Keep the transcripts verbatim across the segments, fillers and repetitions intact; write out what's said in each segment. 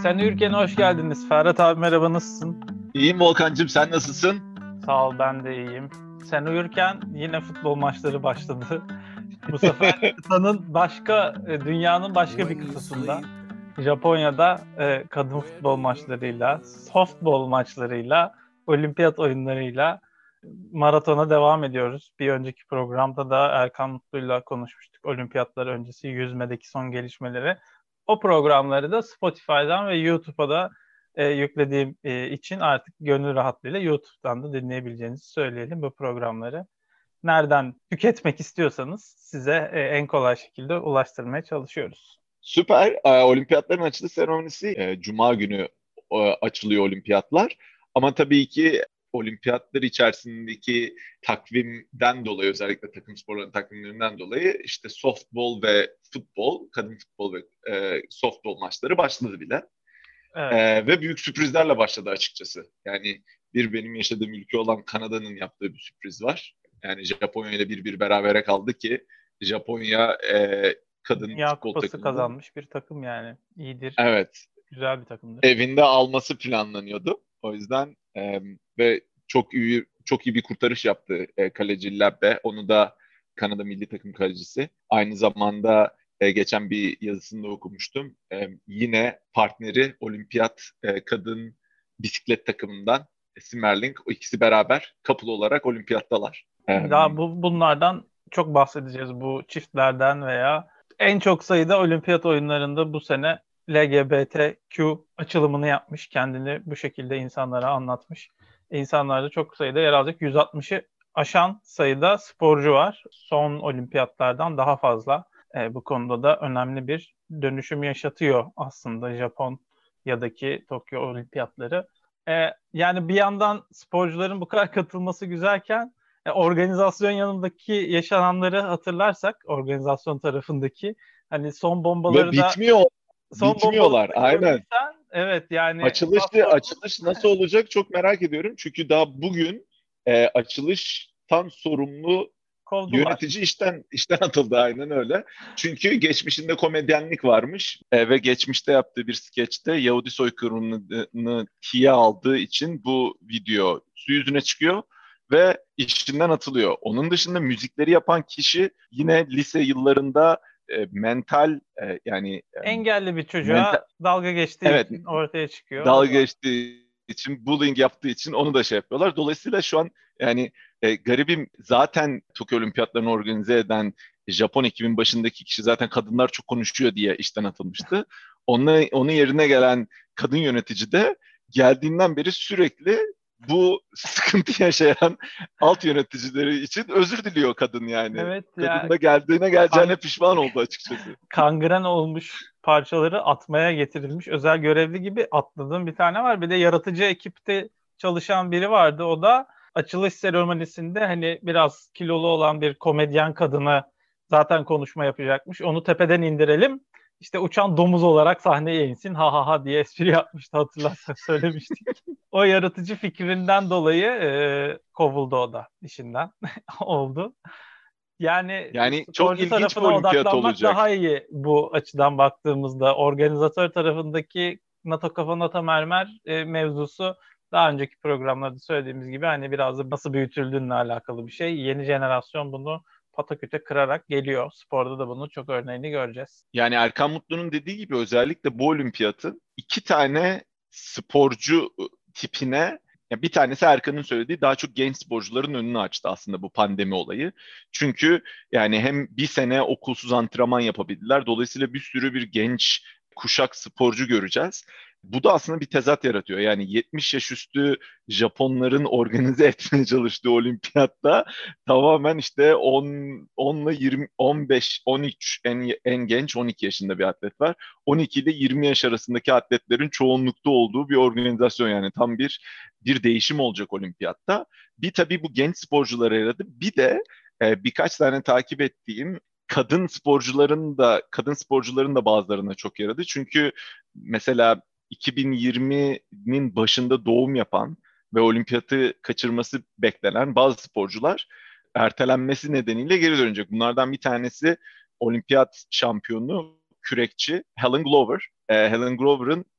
Sen Uyurken hoş geldiniz. Ferhat abi merhaba, nasılsın? İyiyim Volkan'cığım, sen nasılsın? Sağ ol, ben de iyiyim. Sen uyurken yine futbol maçları başladı. Bu sefer kıtanın başka, e, dünyanın başka bir kıtasında. Japonya'da e, kadın futbol maçlarıyla, softbol maçlarıyla, olimpiyat oyunlarıyla maratona devam ediyoruz. Bir önceki programda da Erkan Mutlu'yla konuşmuştuk. Olimpiyatlar öncesi yüzmedeki son gelişmeleri. O programları da Spotify'dan ve YouTube'a da e, yüklediğim e, için artık gönül rahatlığıyla YouTube'dan da dinleyebileceğinizi söyleyelim bu programları. Nereden tüketmek istiyorsanız size e, en kolay şekilde ulaştırmaya çalışıyoruz. Süper. Ee, Olimpiyatların açılış seremonisi e, Cuma günü e, açılıyor olimpiyatlar. Ama tabii ki olimpiyatlar içerisindeki takvimden dolayı, özellikle takım sporlarının takvimlerinden dolayı işte softball ve futbol, kadın futbol ve e, softball maçları başladı bile. Evet. E, ve büyük sürprizlerle başladı açıkçası. Yani bir benim yaşadığım ülke olan Kanada'nın yaptığı bir sürpriz var. Yani Japonya ile bir bir berabere kaldı ki Japonya e, kadın Dünya futbol Kupası takımını, kazanmış bir takım yani. İyidir, evet, güzel bir takımdır. evinde alması planlanıyordu. O yüzden e, ve çok iyi çok iyi bir kurtarış yaptı e, kaleci Labbe. Onu da Kanada milli takım kalecisi. Aynı zamanda e, geçen bir yazısında okumuştum. E, yine partneri olimpiyat e, kadın bisiklet takımından Simmerling. O ikisi beraber couple olarak olimpiyattalar. E, Daha bu bunlardan çok bahsedeceğiz, bu çiftlerden veya en çok sayıda olimpiyat oyunlarında bu sene L G B T Q açılımını yapmış, kendini bu şekilde insanlara anlatmış. İnsanlar da çok sayıda yer alacak. yüz altmışı aşan sayıda sporcu var. Son olimpiyatlardan daha fazla. E, bu konuda da önemli bir dönüşüm yaşatıyor aslında Japonya'daki Tokyo olimpiyatları. E, yani bir yandan sporcuların bu kadar katılması güzelken e, organizasyon yanındaki yaşananları hatırlarsak, organizasyon tarafındaki hani son ve bombaları da bitmiyor, son bombaları bitmiyorlar. da Aynen. gördüysen, evet yani Açılışı, pasportun açılış nasıl olacak çok merak ediyorum. Çünkü daha bugün e, açılıştan sorumlu kovdular. yönetici işten işten atıldı, aynen öyle. Çünkü geçmişinde komedyenlik varmış e, ve geçmişte yaptığı bir skeçte Yahudi soykırımını tiye aldığı için bu video su yüzüne çıkıyor ve işinden atılıyor. Onun dışında müzikleri yapan kişi yine lise yıllarında e, mental e, yani e, Engelli bir mental çocuğa dalga geçtiği evet, için ortaya çıkıyor. O dalga da geçtiği için, bullying yaptığı için onu da şey yapıyorlar. Dolayısıyla şu an yani e, garibim, zaten Tokyo Olimpiyatlarını organize eden Japon ekibin başındaki kişi zaten kadınlar çok konuşuyor diye işten atılmıştı. Onunla, onun yerine gelen kadın yönetici de geldiğinden beri sürekli bu sıkıntı yaşayan alt yöneticileri için özür diliyor kadın yani. evet Kadın ya, da geldiğine geleceğine kan, pişman oldu açıkçası. kangren olmuş parçaları atmaya getirilmiş özel görevli gibi atladığım bir tane var. Bir de yaratıcı ekipte çalışan biri vardı. O da açılış seremonisinde hani biraz kilolu olan bir komedyen kadını zaten konuşma yapacakmış. Onu tepeden indirelim, İşte uçan domuz olarak sahneye insin ha ha ha diye espri yapmıştı, hatırlarsan söylemiştik. O yaratıcı fikrinden dolayı e, kovuldu o da işinden oldu. Yani Yani çok sporcu ilginç bir tarafına olimpiyat odaklanmak olacak. daha iyi bu açıdan baktığımızda. Organizatör tarafındaki NATO kafa NATO mermer e, mevzusu, daha önceki programlarda söylediğimiz gibi hani biraz da nasıl büyütüldüğünle alakalı bir şey. Yeni jenerasyon bunu pataküte kırarak geliyor. Sporda da bunun çok örneğini göreceğiz. Yani Erkan Mutlu'nun dediği gibi özellikle bu olimpiyatın iki tane sporcu ı, tipine, ya bir tanesi Erkan'ın söylediği, daha çok genç sporcuların önünü açtı aslında bu pandemi olayı. Çünkü yani hem bir sene okulsuz antrenman yapabildiler. Dolayısıyla bir sürü bir genç kuşak sporcu göreceğiz. Bu da aslında bir tezat yaratıyor. Yani yetmiş yaş üstü Japonların organize etmeye çalıştığı olimpiyatta tamamen işte on, on ile yirmi, on beş, on üç, en, en genç on iki yaşında bir atlet var. on iki ile yirmi yaş arasındaki atletlerin çoğunlukta olduğu bir organizasyon, yani tam bir bir değişim olacak olimpiyatta. Bir tabii bu genç sporculara yaradı. Bir de e, birkaç tane takip ettiğim kadın sporcuların da kadın sporcuların da bazılarına çok yaradı. Çünkü mesela iki bin yirminin başında doğum yapan ve olimpiyatı kaçırması beklenen bazı sporcular ertelenmesi nedeniyle geri dönecek. Bunlardan bir tanesi olimpiyat şampiyonu kürekçi Helen Glover. Ee, Helen Glover'ın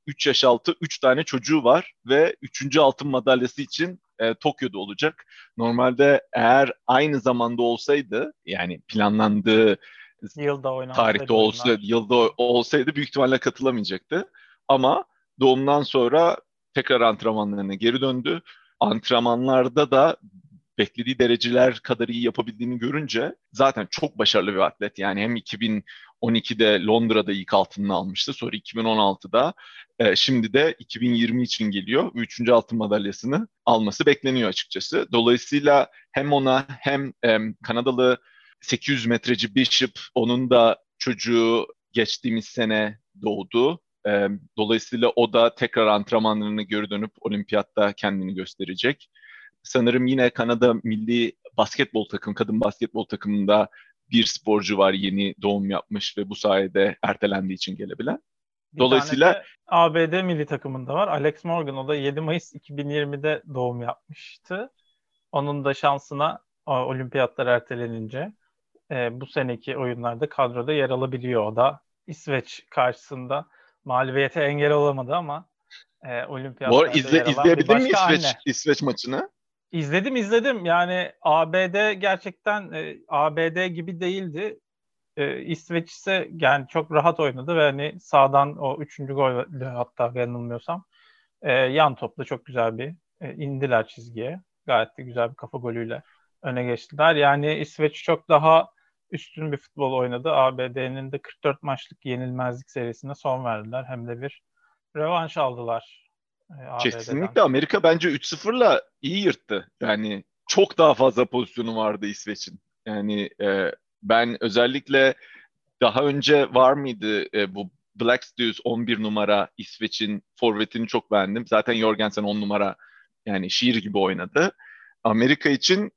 üç yaş altı üç tane çocuğu var ve üçüncü altın madalyası için e, Tokyo'da olacak. Normalde eğer aynı zamanda olsaydı, yani planlandığı Yılda tarihte oynansaydı olsa, oyunlar. yılda olsaydı büyük ihtimalle katılamayacaktı. Ama doğumdan sonra tekrar antrenmanlarına geri döndü. Antrenmanlarda da beklediği dereceler kadar iyi yapabildiğini görünce zaten çok başarılı bir atlet. Yani hem iki bin on ikide Londra'da ilk altınını almıştı. Sonra iki bin on altıda e, şimdi de iki bin yirmi için geliyor. Üçüncü altın madalyasını alması bekleniyor açıkçası. Dolayısıyla hem ona hem e, Kanadalı sekiz yüz metreci Bishop, onun da çocuğu geçtiğimiz sene doğdu. E, dolayısıyla o da tekrar antrenmanlarına geri dönüp olimpiyatta kendini gösterecek. Sanırım yine Kanada milli basketbol takım, kadın basketbol takımında bir sporcu var yeni doğum yapmış ve bu sayede ertelendiği için gelebilen. Bir tane Dolayısıyla de A B D milli takımında var. Alex Morgan, o da yedi Mayıs iki bin yirmide doğum yapmıştı. Onun da şansına o, olimpiyatlar ertelenince e, bu seneki oyunlarda kadroda yer alabiliyor o da. İsveç karşısında mağlubiyete engel olamadı ama e, bu arada olimpiyatlarda izle, yer alan bir izleyebildin mi başka İsveç anne. İsveç maçını? İzledim izledim. Yani A B D gerçekten e, A B D gibi değildi. E, İsveç ise yani çok rahat oynadı ve hani sağdan o üçüncü gol, hatta yanılmıyorsam e, yan topla çok güzel bir e, indiler çizgiye. Gayet de güzel bir kafa golüyle öne geçtiler. Yani İsveç çok daha üstün bir futbol oynadı. A B D'nin de kırk dört maçlık yenilmezlik serisine son verdiler. Hem de bir rövanş aldılar e, A B D'den. Kesinlikle Amerika bence üç sıfırla iyi yırttı. Yani çok daha fazla pozisyonu vardı İsveç'in. Yani e, ben özellikle daha önce var mıydı e, bu Blackstad on bir numara İsveç'in forvetini çok beğendim. Zaten Jorgensen on numara, yani şiir gibi oynadı. Amerika için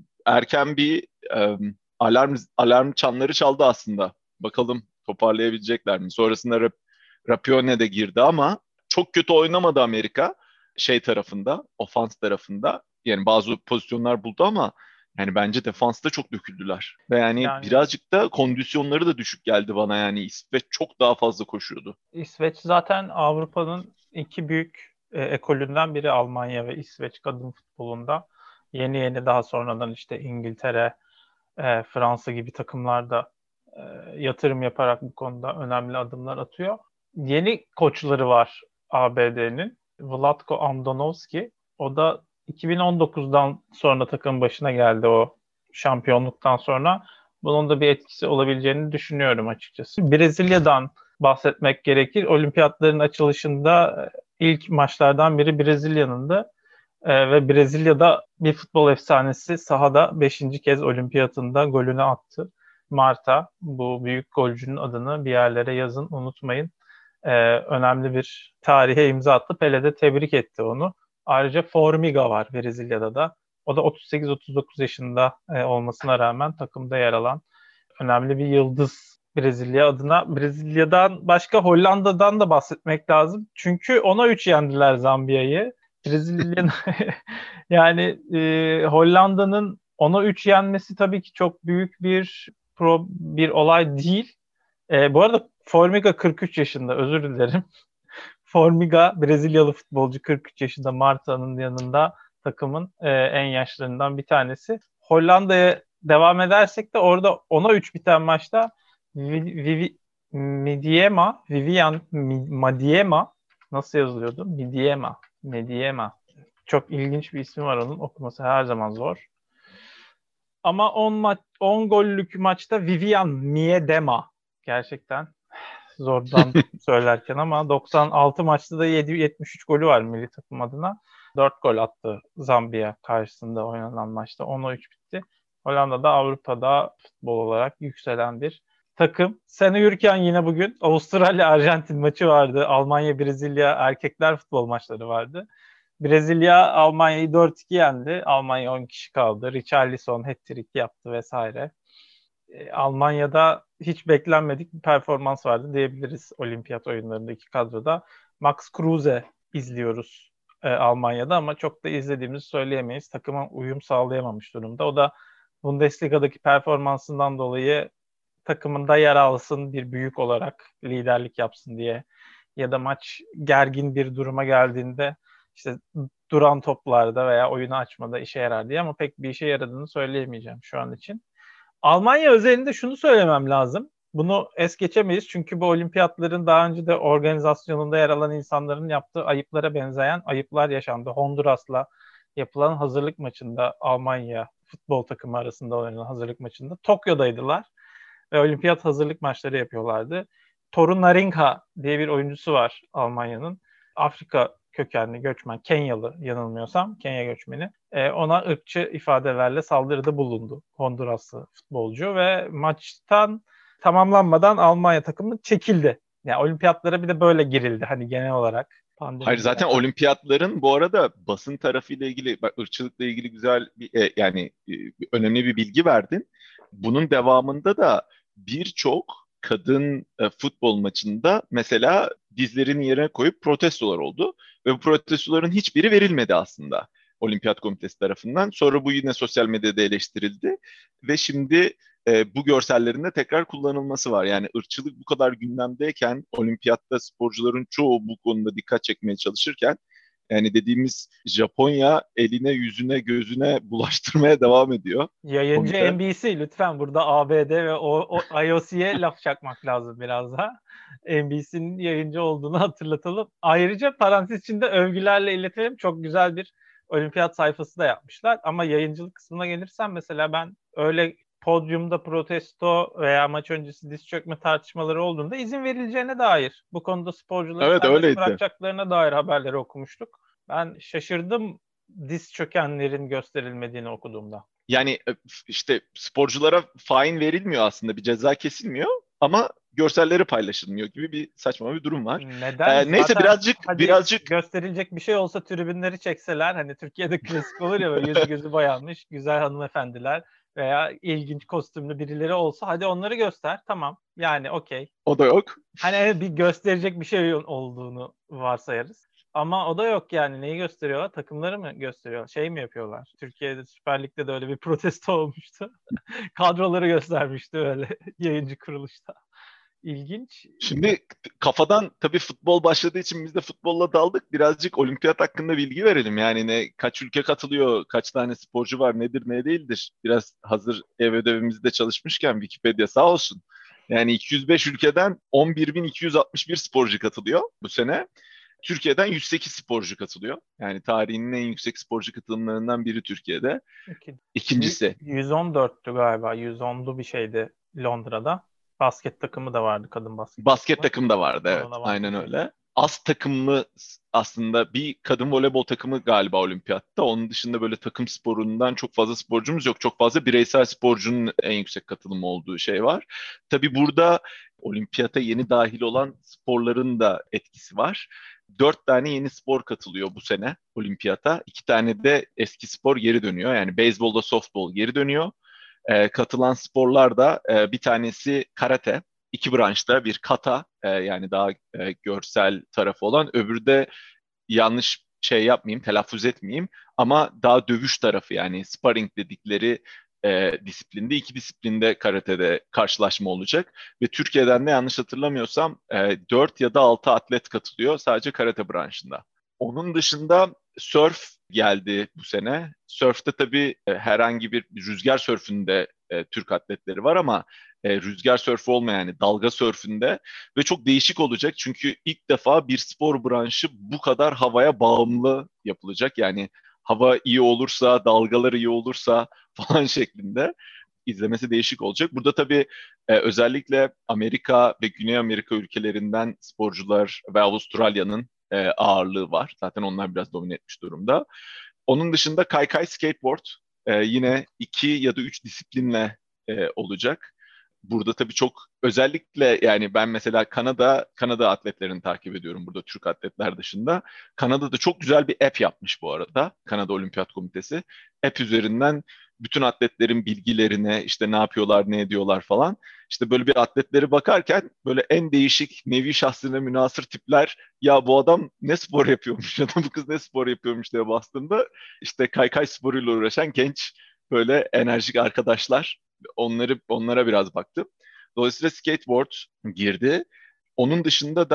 erken bir e, alarm alarm çanları çaldı aslında. Bakalım toparlayabilecekler mi? Sonrasında Rap, Rapione de girdi ama çok kötü oynamadı Amerika şey tarafında, ofans tarafında. Yani bazı pozisyonlar buldu ama yani bence defansta çok döküldüler. Ve yani Yani birazcık da kondisyonları da düşük geldi bana, yani İsveç çok daha fazla koşuyordu. İsveç zaten Avrupa'nın iki büyük e, ekolünden biri, Almanya ve İsveç kadın futbolunda. Yeni yeni daha sonradan işte İngiltere, e, Fransa gibi takımlar da e, yatırım yaparak bu konuda önemli adımlar atıyor. Yeni koçları var A B D'nin. Vlatko Andonovski. O da iki bin on dokuzdan sonra takım başına geldi, o şampiyonluktan sonra. Bunun da bir etkisi olabileceğini düşünüyorum açıkçası. Brezilya'dan bahsetmek gerekir. Olimpiyatların açılışında ilk maçlardan biri Brezilya'nın da ee, ve Brezilya'da bir futbol efsanesi sahada beşinci kez olimpiyatında golünü attı. Marta, bu büyük golcünün adını bir yerlere yazın, unutmayın. Ee, önemli bir tarihe imza attı. Pele de tebrik etti onu. Ayrıca Formiga var Brezilya'da da. O da otuz sekiz otuz dokuz yaşında e, olmasına rağmen takımda yer alan önemli bir yıldız Brezilya adına. Brezilya'dan başka Hollanda'dan da bahsetmek lazım. Çünkü ona üç yendiler Zambiya'yı. Brezilya'nın yani e, Hollanda'nın ona üç yenmesi tabii ki çok büyük bir pro, bir olay değil. E, bu arada Formiga kırk üç yaşında, özür dilerim. Formiga Brezilyalı futbolcu, kırk üç yaşında, Marta'nın yanında takımın e, en yaşlarından bir tanesi. Hollanda'ya devam edersek de orada ona üç biten maçta Vivi, Vivi, Midiema, Vivian Madiema, nasıl yazılıyordu? Midiema, Midiema. Çok ilginç bir ismi var onun. Okuması her zaman zor. Ama on maç on gollük maçta Vivian Miedema, gerçekten zordan söylerken, ama doksan altı maçta da yedi yetmiş üç golü var milli takım adına. dört gol attı Zambiya karşısında oynanan maçta. ona üç bitti. Hollanda da Avrupa'da futbol olarak yükselen bir takım. Sen uyurken yine bugün Avustralya-Arjantin maçı vardı. Almanya-Brezilya erkekler futbol maçları vardı. Brezilya Almanya'yı dört iki yendi. Almanya on kişi kaldı. Richarlison hat-trick yaptı vesaire. E, Almanya'da hiç beklenmedik bir performans vardı diyebiliriz olimpiyat oyunlarındaki kadroda. Max Kruse izliyoruz e, Almanya'da ama çok da izlediğimizi söyleyemeyiz. Takıma uyum sağlayamamış durumda. O da Bundesliga'daki performansından dolayı takımında yer alsın, bir büyük olarak liderlik yapsın diye ya da maç gergin bir duruma geldiğinde işte duran toplarda veya oyunu açmada işe yarar diye, ama pek bir işe yaradığını söyleyemeyeceğim şu an için. Almanya özelinde şunu söylemem lazım. Bunu es geçemeyiz çünkü bu olimpiyatların daha önce de organizasyonunda yer alan insanların yaptığı ayıplara benzeyen ayıplar yaşandı. Honduras'la yapılan hazırlık maçında, Almanya futbol takımı arasında oynanan hazırlık maçında Tokyo'daydılar ve olimpiyat hazırlık maçları yapıyorlardı. Torun Naringa diye bir oyuncusu var Almanya'nın. Afrika kökenli göçmen, Kenyalı yanılmıyorsam, Kenya göçmeni. E, ona ırkçı ifadelerle saldırıda bulundu Honduraslı futbolcu ve maçtan tamamlanmadan Almanya takımı çekildi. Yani olimpiyatlara bir de böyle girildi hani genel olarak. Hayır, Pandemiyle zaten alakalı. olimpiyatların bu arada basın tarafıyla ilgili, bak, ırkçılıkla ilgili güzel bir, e, yani e, önemli bir bilgi verdin. Bunun devamında da birçok kadın e, futbol maçında mesela dizlerini yere koyup protestolar oldu ve bu protestoların hiçbiri verilmedi aslında Olimpiyat Komitesi tarafından. Sonra bu yine sosyal medyada eleştirildi ve şimdi e, bu görsellerin de tekrar kullanılması var. Yani ırkçılık bu kadar gündemdeyken, olimpiyatta sporcuların çoğu bu konuda dikkat çekmeye çalışırken, yani dediğimiz Japonya eline, yüzüne, gözüne bulaştırmaya devam ediyor Yayıncı komite. N B C, lütfen burada A B D ve o, o I O C'ye laf çakmak lazım biraz da. N B C'nin yayıncı olduğunu hatırlatalım. Ayrıca parantez içinde övgülerle iletelim. Çok güzel bir olimpiyat sayfası da yapmışlar. Ama yayıncılık kısmına gelirsem, mesela ben öyle podyumda protesto veya maç öncesi diz çökme tartışmaları olduğunda izin verileceğine dair, bu konuda sporcuları Evet, serbest öyleydi. bırakacaklarına dair haberleri okumuştuk. Ben şaşırdım diz çökenlerin gösterilmediğini okuduğumda. Yani e, işte sporculara fain verilmiyor aslında, bir ceza kesilmiyor ama görselleri paylaşılmıyor gibi bir saçma bir durum var. Neden? Ee, neyse, Zaten birazcık hadi birazcık gösterilecek bir şey olsa tribünleri çekseler, hani Türkiye'de klasik olur ya, böyle yüzü gözü boyanmış güzel hanımefendiler veya ilginç kostümlü birileri olsa, hadi onları göster, tamam yani, okey. o da yok. Hani evet, bir gösterecek bir şey olduğunu varsayarız. Ama o da yok yani, neyi gösteriyorlar? Takımları mı gösteriyorlar? Şey mi yapıyorlar? Türkiye'de Süper Lig'de de öyle bir protesto olmuştu. Kadroları göstermişti öyle yayıncı kuruluşta. İlginç. Şimdi kafadan tabii futbol başladığı için biz de futbolla daldık. Birazcık olimpiyat hakkında bilgi verelim. Yani ne, kaç ülke katılıyor, kaç tane sporcu var, nedir ne değildir. Biraz hazır ev ödevimizde çalışmışken Wikipedia sağ olsun. Yani iki yüz beş ülkeden on bir bin iki yüz altmış bir sporcu katılıyor bu sene. Türkiye'den yüz sekiz sporcu katılıyor. Yani tarihinin en yüksek sporcu katılımlarından biri Türkiye'de. İki- y- İkincisi yüz on dörttü galiba. yüz onlu bir şeydi Londra'da. Basket takımı da vardı, kadın basket basket takımı. takım da vardı, Oradan evet. Aynen avantaj alıyor. öyle. Az takımlı aslında bir kadın voleybol takımı galiba olimpiyatta. Onun dışında böyle takım sporundan çok fazla sporcumuz yok. Çok fazla bireysel sporcunun en yüksek katılım olduğu şey var. Tabii burada olimpiyata yeni dahil olan sporların da etkisi var. Dört tane yeni spor katılıyor bu sene olimpiyata. İki tane de eski spor geri dönüyor. Yani beyzbolda softball geri dönüyor. E, katılan sporlar da e, bir tanesi karate, iki branşta bir kata, e, yani daha e, görsel tarafı olan, öbürü de yanlış şey yapmayayım, telaffuz etmeyeyim ama daha dövüş tarafı, yani sparring dedikleri e, disiplinde, iki disiplinde karatede karşılaşma olacak ve Türkiye'den de yanlış hatırlamıyorsam e, dört ya da altı atlet katılıyor sadece karate branşında. Onun dışında surf geldi bu sene. Surf'te tabii e, herhangi bir rüzgar sörfünde e, Türk atletleri var ama e, rüzgar sörfü olmayan, yani dalga sörfünde, ve çok değişik olacak çünkü ilk defa bir spor branşı bu kadar havaya bağımlı yapılacak. Yani hava iyi olursa, dalgalar iyi olursa falan şeklinde izlemesi değişik olacak. Burada tabii e, özellikle Amerika ve Güney Amerika ülkelerinden sporcular ve Avustralya'nın e, ağırlığı var. Zaten onlar biraz domine etmiş durumda. Onun dışında kaykay, skateboard e, yine iki ya da üç disiplinle e, olacak. Burada tabii çok özellikle, yani ben mesela Kanada Kanada atletlerini takip ediyorum burada, Türk atletler dışında. Kanada'da çok güzel bir app yapmış bu arada, Kanada Olimpiyat Komitesi. App üzerinden bütün atletlerin bilgilerine, işte ne yapıyorlar, ne ediyorlar falan. İşte böyle bir atletleri bakarken böyle en değişik, nevi şahsına münasır tipler, ya bu adam ne spor yapıyormuş ya da bu kız ne spor yapıyormuş diye bastığımda, işte kaykay sporuyla uğraşan genç böyle enerjik arkadaşlar, onları onlara biraz baktım. Dolayısıyla skateboard girdi. Onun dışında da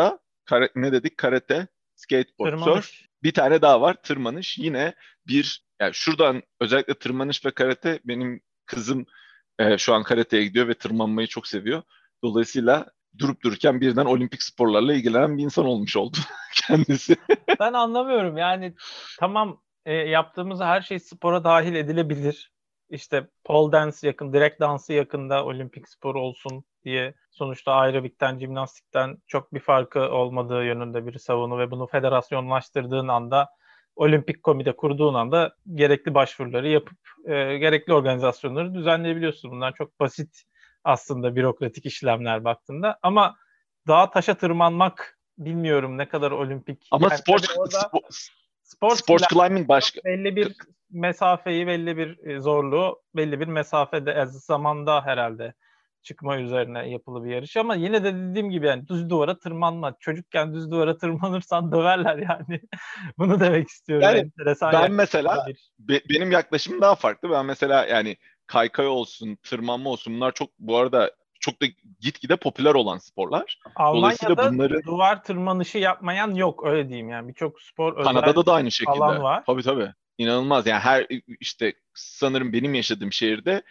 kara- ne dedik? Karate, skateboard, surf. Tırmanış. Bir tane daha var, tırmanış. Yine bir, yani şuradan özellikle tırmanış ve karate, benim kızım e, şu an karateye gidiyor ve tırmanmayı çok seviyor. Dolayısıyla durup dururken birden olimpik sporlarla ilgilenen bir insan olmuş oldu kendisi. Ben anlamıyorum yani, tamam, e, yaptığımız her şey spora dahil edilebilir. İşte pole dance yakın, direkt dansı yakında olimpik spor olsun diye, sonuçta aerobikten, jimnastikten çok bir farkı olmadığı yönünde bir savunu ve bunu federasyonlaştırdığın anda, olimpik komite kurduğun anda gerekli başvuruları yapıp e, gerekli organizasyonları düzenleyebiliyorsun. Bunlar çok basit aslında bürokratik işlemler baktığında, ama dağa taşa tırmanmak, bilmiyorum ne kadar olimpik. Ama Yani tabii sports, orada spo- spor sports silahı climbing başka. belli bir mesafeyi, belli bir e, zorluğu, belli bir mesafede, e, zamanda herhalde çıkma üzerine yapılı bir yarış. Ama yine de dediğim gibi, yani düz duvara tırmanma. Çocukken düz duvara tırmanırsan döverler yani. Bunu demek istiyorum. Yani Enteresan ben mesela, yaklaşımda bir. be- benim yaklaşımım daha farklı. Ben mesela yani kaykay olsun, tırmanma olsun, bunlar çok, bu arada çok da gitgide popüler olan sporlar. Dolayısıyla Almanya'da bunları, duvar tırmanışı yapmayan yok, öyle diyeyim yani. Birçok spor özel Kanada'da da aynı alan şekilde. var. Tabii tabii. İnanılmaz. Yani her, işte sanırım benim yaşadığım şehirde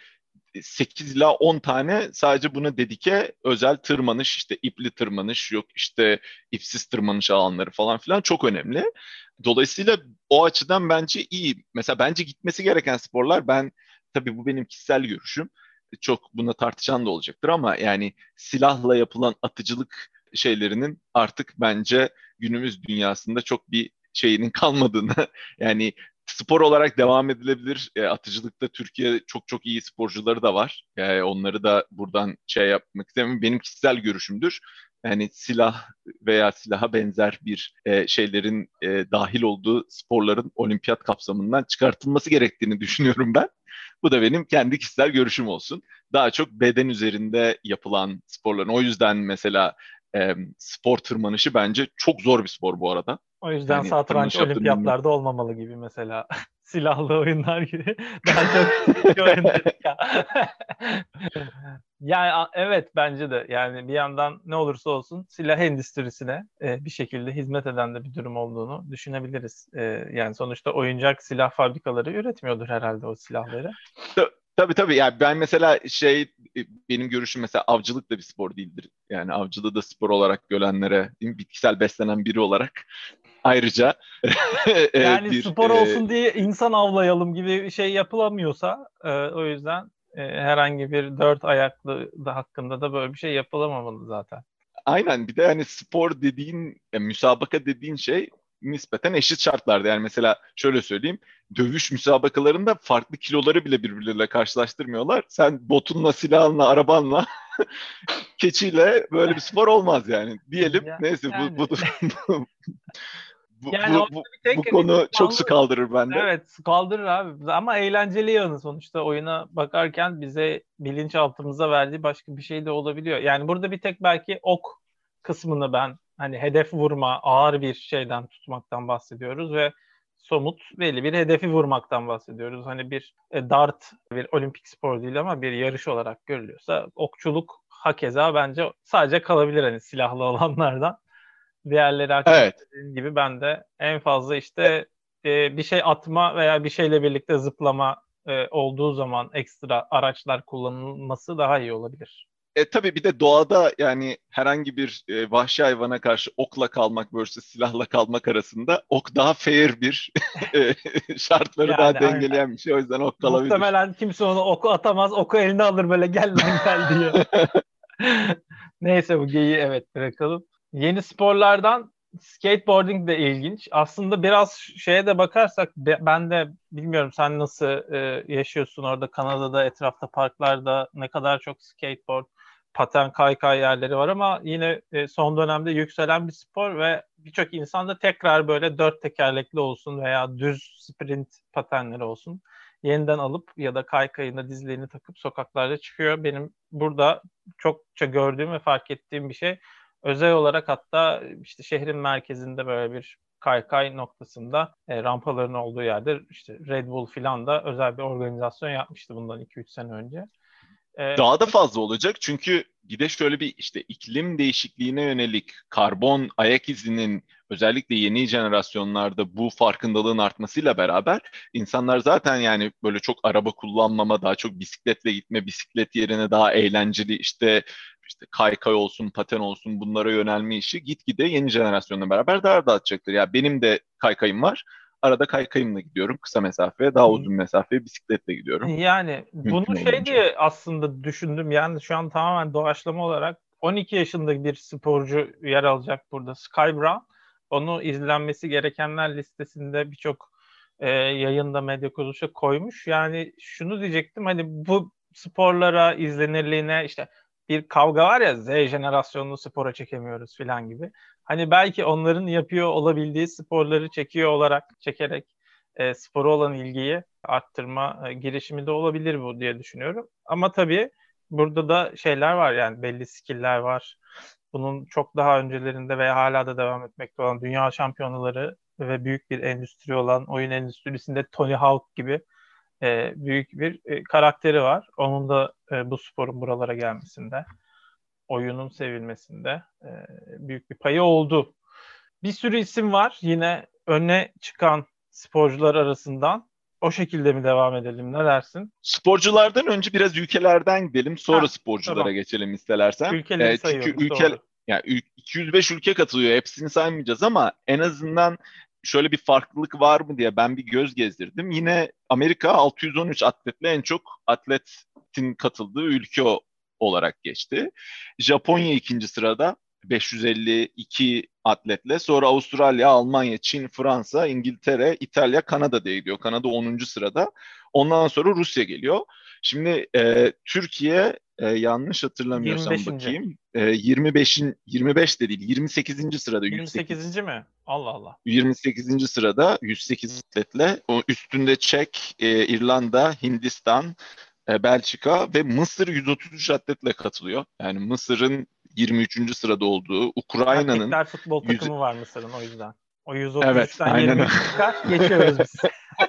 sekiz ila on tane sadece buna dedike özel tırmanış, işte ipli tırmanış, yok işte ipsiz tırmanış alanları falan filan çok önemli. Dolayısıyla o açıdan bence iyi. Mesela bence gitmesi gereken sporlar, ben tabii bu benim kişisel görüşüm. Çok buna tartışan da olacaktır ama yani silahla yapılan atıcılık şeylerinin artık bence günümüz dünyasında çok bir şeyinin kalmadığını, yani spor olarak devam edilebilir. E, atıcılıkta Türkiye çok çok iyi sporcuları da var. E, onları da buradan şey yapmak istemiyorum. Benim kişisel görüşümdür. Yani silah veya silaha benzer bir e, şeylerin e, dahil olduğu sporların olimpiyat kapsamından çıkartılması gerektiğini düşünüyorum ben. Bu da benim kendi kişisel görüşüm olsun. Daha çok beden üzerinde yapılan sporların. O yüzden mesela e, spor tırmanışı bence çok zor bir spor bu arada. O yüzden Yani satranç tırmanış yaptığını bilmiyorum. olimpiyatlarda olmamalı gibi mesela. Silahlı oyunlar gibi. Daha çok çeşitli oyun dedik ya. Yani a- evet, bence de yani bir yandan ne olursa olsun silah endüstrisine e, bir şekilde hizmet eden de bir durum olduğunu düşünebiliriz. E, yani sonuçta oyuncak silah fabrikaları üretmiyordur herhalde o silahları. Ta- Tabii tabii, yani ben mesela şey, e, benim görüşüm mesela avcılık da bir spor değildir. Yani avcılığı da spor olarak görenlere, değil mi, bitkisel beslenen biri olarak ayrıca e, Yani bir spor e, olsun diye insan avlayalım gibi bir şey yapılamıyorsa, e, o yüzden e, herhangi bir dört ayaklı da hakkında da böyle bir şey yapılamamalı zaten. aynen, bir de hani spor dediğin, ya müsabaka dediğin şey nispeten eşit şartlarda. Yani mesela şöyle söyleyeyim, dövüş müsabakalarında farklı kiloları bile birbirleriyle karşılaştırmıyorlar. Sen botunla, silahınla, arabanla, keçiyle böyle bir spor olmaz yani. Diyelim, Ya, neyse, bu yani bu bu, yani bu, orada bu, bir tek bu hani konu çok su kanlı, kaldırır bende. evet, kaldırır abi, ama eğlenceli yanı, sonuçta oyuna bakarken bize bilinçaltımıza verdiği başka bir şey de olabiliyor. Yani burada bir tek belki ok kısmını, ben hani hedef vurma, ağır bir şeyden tutmaktan bahsediyoruz ve somut belli bir hedefi vurmaktan bahsediyoruz. Hani bir e, dart bir olimpik spor değil ama bir yarış olarak görülüyorsa, okçuluk hakeza bence sadece kalabilir hani silahlı olanlardan. Diğerleri hakkında Evet. dediğim gibi ben de en fazla işte e, bir şey atma veya bir şeyle birlikte zıplama e, olduğu zaman ekstra araçlar kullanılması daha iyi olabilir. E tabii bir de doğada, yani herhangi bir e, vahşi hayvana karşı okla kalmak versus silahla kalmak arasında ok daha fair bir e, şartları Yani daha aynen. dengeleyen bir şey. O yüzden ok kalabilir. Muhtemelen kimse onu oku atamaz. Oku eline alır böyle, gel lan gel diye. Neyse, bu geyiği evet bırakalım. Yeni sporlardan skateboarding de ilginç. Aslında biraz şeye de bakarsak, be- ben de bilmiyorum sen nasıl e, yaşıyorsun orada Kanada'da, etrafta parklarda ne kadar çok skateboard, paten, kaykay yerleri var, ama yine e, son dönemde yükselen bir spor ve birçok insan da tekrar böyle dört tekerlekli olsun veya düz sprint patenleri olsun yeniden alıp ya da kaykayına dizlerini takıp sokaklarda çıkıyor. Benim burada çokça gördüğüm ve fark ettiğim bir şey. Özel olarak hatta işte şehrin merkezinde böyle bir kaykay noktasında, e, rampaların olduğu yerde, işte Red Bull filan da özel bir organizasyon yapmıştı bundan iki üç sene önce. Ee, Daha da fazla olacak çünkü bir de şöyle bir işte iklim değişikliğine yönelik karbon ayak izinin özellikle yeni jenerasyonlarda bu farkındalığın artmasıyla beraber insanlar zaten yani böyle çok araba kullanmama, daha çok bisikletle gitme, bisiklet yerine daha eğlenceli işte işte kaykay olsun, paten olsun bunlara yönelme işi gitgide yeni jenerasyonla beraber daha da artacaktır. Ya benim de kaykayım var. Arada kaykayımla gidiyorum kısa mesafeye, daha uzun mesafeye bisikletle gidiyorum Yani bunu mümkün şey olduğunca. diye aslında düşündüm. Yani şu an tamamen doğaçlama olarak on iki yaşında bir sporcu yer alacak burada. Sky Brown. Onu izlenmesi gerekenler listesinde birçok e, yayında medya kuruluşa koymuş. Yani şunu diyecektim, hani bu sporlara, izlenirliğine, işte bir kavga var ya, Z jenerasyonunu spora çekemiyoruz falan gibi. Hani belki onların yapıyor olabildiği sporları çekiyor olarak, çekerek e, spora olan ilgiyi arttırma e, girişimi de olabilir bu diye düşünüyorum. Ama tabii burada da şeyler var, yani belli skill'ler var. Bunun çok daha öncelerinde veya hala da devam etmekte olan dünya şampiyonaları ve büyük bir endüstri olan oyun endüstrisinde Tony Hawk gibi e, büyük bir e, karakteri var. Onun da e, bu sporun buralara gelmesinde, oyunun sevilmesinde e, büyük bir payı oldu. Bir sürü isim var yine öne çıkan sporcular arasından. O şekilde mi devam edelim? Ne dersin? Sporculardan önce biraz ülkelerden gidelim, sonra Ha, sporculara tamam. geçelim istersen. Ülkeleri E, çünkü sayıyoruz, ülke doğru. yani ül- iki yüz beş ülke katılıyor. Hepsini saymayacağız ama en azından şöyle bir farklılık var mı diye ben bir göz gezdirdim. Yine Amerika altı yüz on üç atletle en çok atletin katıldığı ülke o- olarak geçti. Japonya ikinci sırada beş yüz elli iki atletle. Sonra Avustralya, Almanya, Çin, Fransa, İngiltere, İtalya, Kanada diye gidiyor. Kanada onuncu sırada. Ondan sonra Rusya geliyor. Şimdi e, Türkiye e, yanlış hatırlamıyorsam yirmi beşinci. bakayım. E, yirmi beşin yirmi beş de değil yirmi sekizinci sırada yüz sekiz. yirmi sekizinci mi? Allah Allah. yirmi sekizinci sırada yüz sekiz atletle. O üstünde Çek, e, İrlanda, Hindistan, e, Belçika ve Mısır yüz otuz üç atletle katılıyor. Yani Mısır'ın yirmi üçüncü sırada olduğu, Ukrayna'nın Erkekler futbol yüz. takımı var Mısır'ın, o yüzden. O Evet, yüz otuz üçten aynen öyle. yirmi üç çıkar. Geçiyoruz biz.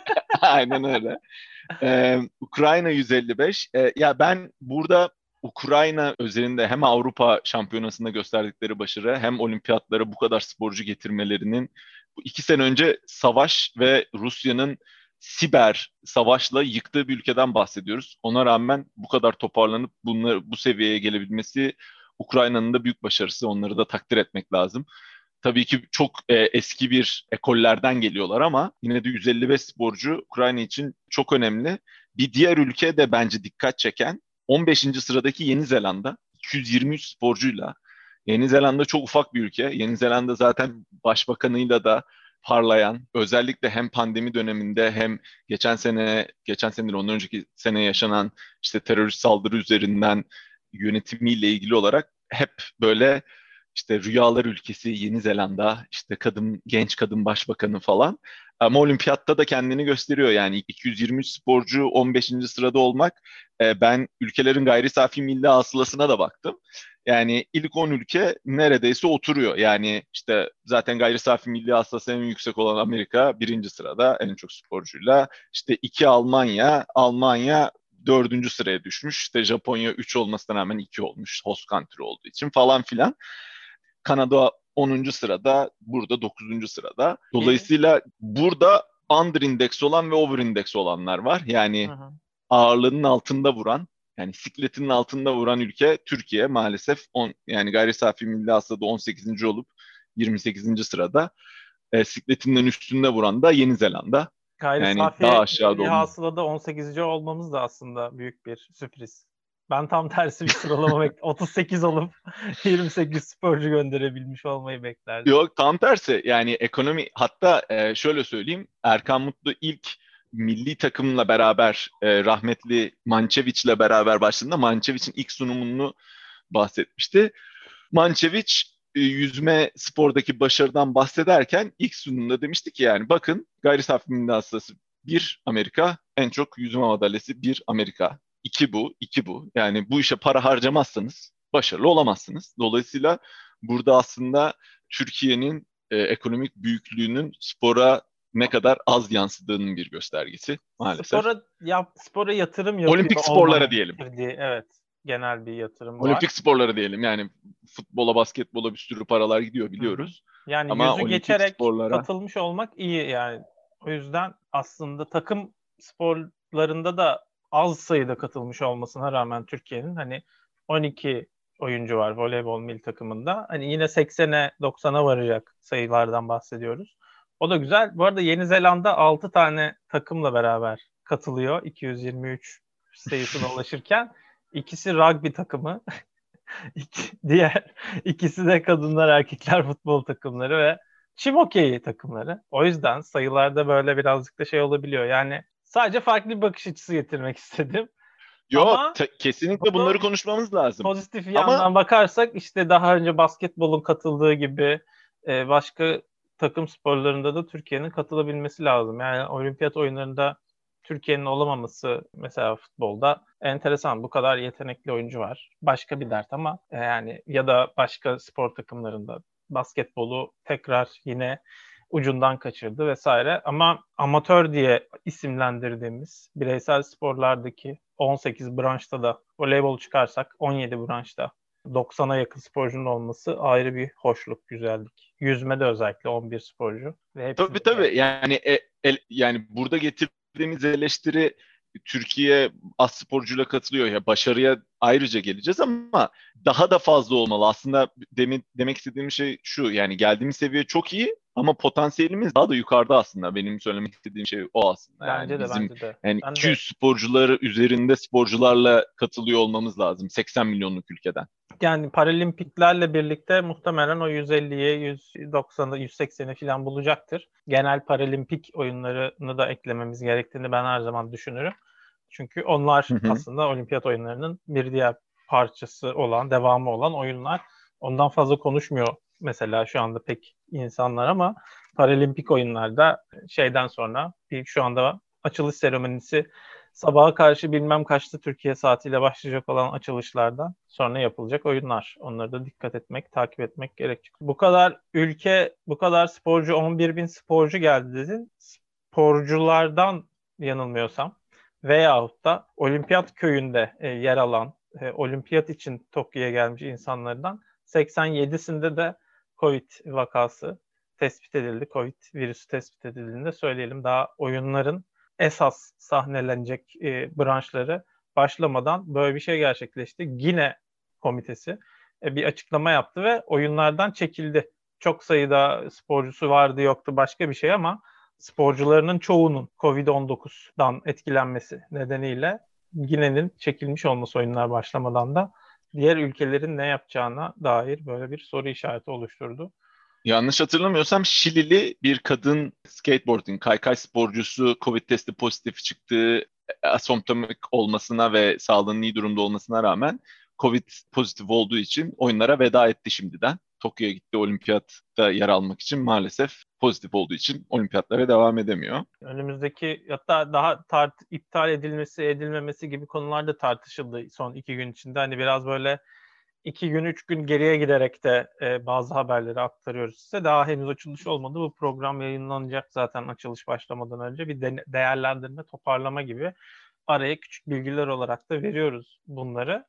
Aynen öyle. Ee, Ukrayna yüz elli beş. Ee, ya ben burada Ukrayna özelinde hem Avrupa Şampiyonası'nda gösterdikleri başarı hem olimpiyatlara bu kadar sporcu getirmelerinin bu iki sene önce savaş ve Rusya'nın siber savaşla yıktığı bir ülkeden bahsediyoruz. Ona rağmen bu kadar toparlanıp bunları bu seviyeye gelebilmesi Ukrayna'nın da büyük başarısı. Onları da takdir etmek lazım. Tabii ki çok e, eski bir ekollerden geliyorlar ama yine de yüz elli beş sporcu Ukrayna için çok önemli. Bir diğer ülke de bence dikkat çeken on beşinci sıradaki Yeni Zelanda iki yüz yirmi üç sporcuyla. Yeni Zelanda çok ufak bir ülke. Yeni Zelanda zaten başbakanıyla da parlayan, özellikle hem pandemi döneminde hem geçen sene, geçen sene ondan önceki sene yaşanan işte terörist saldırı üzerinden yönetimiyle ilgili olarak hep böyle işte rüyalar ülkesi Yeni Zelanda, işte kadın genç kadın başbakanı falan. Ama olimpiyatta da kendini gösteriyor. Yani iki yüz yirmi üç sporcu on beşinci sırada olmak. E, ben ülkelerin gayri safi milli hasılasına da baktım. Yani ilk on ülke neredeyse oturuyor. Yani işte zaten gayri safi milli hasılası en yüksek olan Amerika birinci sırada en çok sporcuyla. İşte iki Almanya, Almanya dördüncü sıraya düşmüş. İşte Japonya üç olmasına rağmen iki olmuş host country olduğu için falan filan. Kanada onuncu sırada, burada dokuzuncu sırada. Bir, Dolayısıyla burada under index olan ve over index olanlar var. hı Yani hı. ağırlığının altında vuran, yani sikletinin altında vuran ülke Türkiye maalesef. On, yani gayri safi milli hasılada on sekizinci olup yirmi sekizinci sırada. E, sikletinden üstünde vuran da Yeni Zelanda. Gayri Yani daha safi aşağıda milli olmaz. hasılada on sekizinci olmamız da aslında büyük bir sürpriz. Ben tam tersi bir sıralama bek otuz sekiz olup yirmi sekiz sporcu gönderebilmiş olmayı beklerdim. Yok tam tersi yani ekonomi hatta e, şöyle söyleyeyim Erkan Mutlu ilk milli takımla beraber e, rahmetli Mançeviç'le beraber başladığında Mançeviç'in ilk sunumunu bahsetmişti. Mançeviç e, yüzme spordaki başarıdan bahsederken ilk sunumda demişti ki yani bakın gayri safi milli hasılası bir Amerika en çok yüzme madalyası bir Amerika. İki bu, iki bu. Yani bu işe para harcamazsanız başarılı olamazsınız. Dolayısıyla burada aslında Türkiye'nin e, ekonomik büyüklüğünün spora ne kadar az yansıdığının bir göstergesi maalesef. Spora yap, spora yatırım yapıyor Olimpik sporlara olmanın diyelim. getirdiği, evet. genel bir yatırım var. Olimpik sporları diyelim. Yani futbola, basketbola bir sürü paralar gidiyor biliyoruz. Hı hı. Yani Ama yüzü olimpik geçerek sporlara katılmış olmak iyi yani. O yüzden aslında takım sporlarında da az sayıda katılmış olmasına rağmen Türkiye'nin hani on iki oyuncu var voleybol milli takımında. Hani yine seksene doksana varacak sayılardan bahsediyoruz. O da güzel. Bu arada Yeni Zelanda altı tane takımla beraber katılıyor. iki yüz yirmi üç sayısına ulaşırken. İkisi rugby takımı. İki, diğer ikisi de kadınlar erkekler futbol takımları ve çim hokeyi takımları. O yüzden sayılarda böyle birazcık da şey olabiliyor. Yani sadece farklı bir bakış açısı getirmek istedim. yok Ama te- kesinlikle bunları bunu konuşmamız lazım. pozitif Ama yandan bakarsak işte daha önce basketbolun katıldığı gibi e, başka takım sporlarında da Türkiye'nin katılabilmesi lazım. Yani olimpiyat oyunlarında Türkiye'nin olamaması mesela futbolda enteresan. Bu kadar yetenekli oyuncu var. Başka bir dert ama e, yani ya da başka spor takımlarında basketbolu tekrar yine ucundan kaçırdı vesaire. Ama amatör diye isimlendirdiğimiz bireysel sporlardaki on sekiz branşta da voleybol çıkarsak on yedi branşta doksana yakın sporcunun olması ayrı bir hoşluk, güzellik. Yüzmede özellikle on bir sporcu ve hepsi de tabii tabii genç. yani e- el- yani burada getirdiğimiz eleştiri Türkiye az sporcuyla katılıyor ya başarıya ayrıca geleceğiz ama daha da fazla olmalı. Aslında demin, demek istediğim şey şu yani geldiğimiz seviye çok iyi ama potansiyelimiz daha da yukarıda aslında. Benim söylemek istediğim şey o aslında. Bence Yani de bizim bence de. yani Ben de iki yüz sporcuları üzerinde sporcularla katılıyor olmamız lazım seksen milyonluk ülkeden. yani paralimpiklerle birlikte muhtemelen o yüz elliye, yüz doksanı, yüz sekseni falan bulacaktır. Genel paralimpik oyunlarını da eklememiz gerektiğini ben her zaman düşünürüm. Çünkü onlar Hı hı. aslında olimpiyat oyunlarının bir diğer parçası olan, devamı olan oyunlar. Ondan fazla konuşmuyor mesela şu anda pek insanlar ama paralimpik oyunlarda şeyden sonra bir şu anda açılış seremonisi sabaha karşı bilmem kaçta Türkiye saatiyle başlayacak olan açılışlardan sonra yapılacak oyunlar. Onlara da dikkat etmek, takip etmek gerekecek. Bu kadar ülke, bu kadar sporcu, on bir bin sporcu geldi dedin. Sporculardan yanılmıyorsam veyahut da olimpiyat köyünde e, yer alan, e, olimpiyat için Tokyo'ya gelmiş insanlardan seksen yedisinde de Covid vakası tespit edildi. Covid virüsü tespit edildiğinde söyleyelim. Daha oyunların esas sahnelenecek e, branşları başlamadan böyle bir şey gerçekleşti. Gine komitesi e, bir açıklama yaptı ve oyunlardan çekildi. Çok sayıda sporcusu vardı yoktu başka bir şey ama sporcularının çoğunun covid on dokuzdan etkilenmesi nedeniyle Gine'nin çekilmiş olması oyunlar başlamadan da diğer ülkelerin ne yapacağına dair böyle bir soru işareti oluşturdu. Yanlış hatırlamıyorsam Şilili bir kadın skateboarding, kaykay sporcusu Covid testi pozitif çıktığı asemptomatik olmasına ve sağlığının iyi durumda olmasına rağmen Covid pozitif olduğu için oyunlara veda etti şimdiden. Tokyo'ya gitti olimpiyatta yer almak için maalesef pozitif olduğu için olimpiyatlara devam edemiyor. Önümüzdeki hatta daha tart iptal edilmesi edilmemesi gibi konular da tartışıldı son iki gün içinde. Hani biraz böyle iki gün üç gün geriye giderek de e, bazı haberleri aktarıyoruz size. Daha henüz açılış olmadı. Bu program yayınlanacak zaten açılış başlamadan önce. Bir de- değerlendirme, toparlama gibi araya küçük bilgiler olarak da veriyoruz bunları.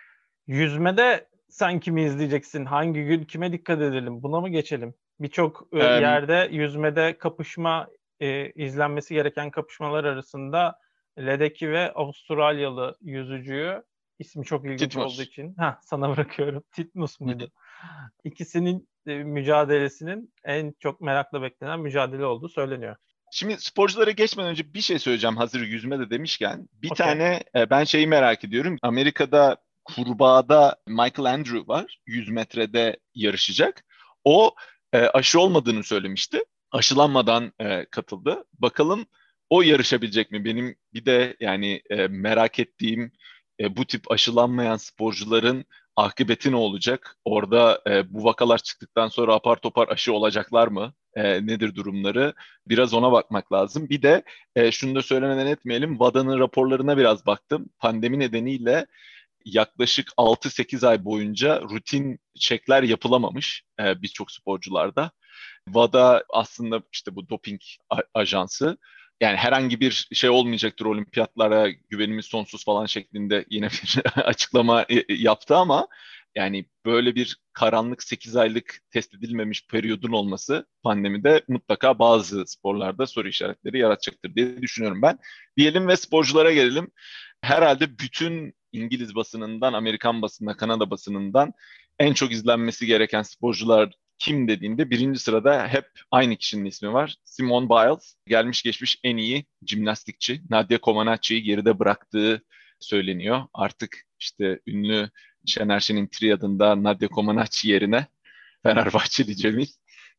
Yüzmede sen kimi izleyeceksin? Hangi gün kime dikkat edelim? Buna mı geçelim? Birçok e, Ee, yerde yüzmede kapışma e, izlenmesi gereken kapışmalar arasında Ledecky ve Avustralyalı yüzücüyü ismi çok ilginç olduğu Titmus. için ha sana bırakıyorum. Titmus muydu? İkisinin e, mücadelesinin en çok merakla beklenen mücadele olduğu söyleniyor. Şimdi sporculara geçmeden önce bir şey söyleyeceğim hazır yüzme de demişken. Bir Okey. tane e, ben şeyi merak ediyorum. Amerika'da kurbağada Michael Andrew var. yüz metrede yarışacak. O e, aşı olmadığını söylemişti. Aşılanmadan e, katıldı. Bakalım o yarışabilecek mi? Benim bir de yani e, merak ettiğim e, bu tip aşılanmayan sporcuların akıbeti ne olacak? Orada e, bu vakalar çıktıktan sonra apar topar aşı olacaklar mı? E, nedir durumları? Biraz ona bakmak lazım. Bir de e, şunu da söylemeden etmeyelim. VADA'nın raporlarına biraz baktım. Pandemi nedeniyle yaklaşık altı sekiz ay boyunca rutin çekler yapılamamış e, birçok sporcularda. VADA aslında işte bu doping a- ajansı. yani herhangi bir şey olmayacaktır, olimpiyatlara güvenimiz sonsuz falan şeklinde yine bir açıklama e, e, yaptı ama yani böyle bir karanlık sekiz aylık test edilmemiş periyodun olması pandemide mutlaka bazı sporlarda soru işaretleri yaratacaktır diye düşünüyorum ben. Diyelim ve sporculara gelelim. Herhalde bütün İngiliz basınından, Amerikan basınına, Kanada basınından en çok izlenmesi gereken sporcular kim dediğinde birinci sırada hep aynı kişinin ismi var. Simone Biles, gelmiş geçmiş en iyi jimnastikçi. Nadia Comaneci'yi geride bıraktığı söyleniyor. Artık işte ünlü Şener Şen'in triyadında Nadia Comaneci yerine Fenerbahçeli Cemil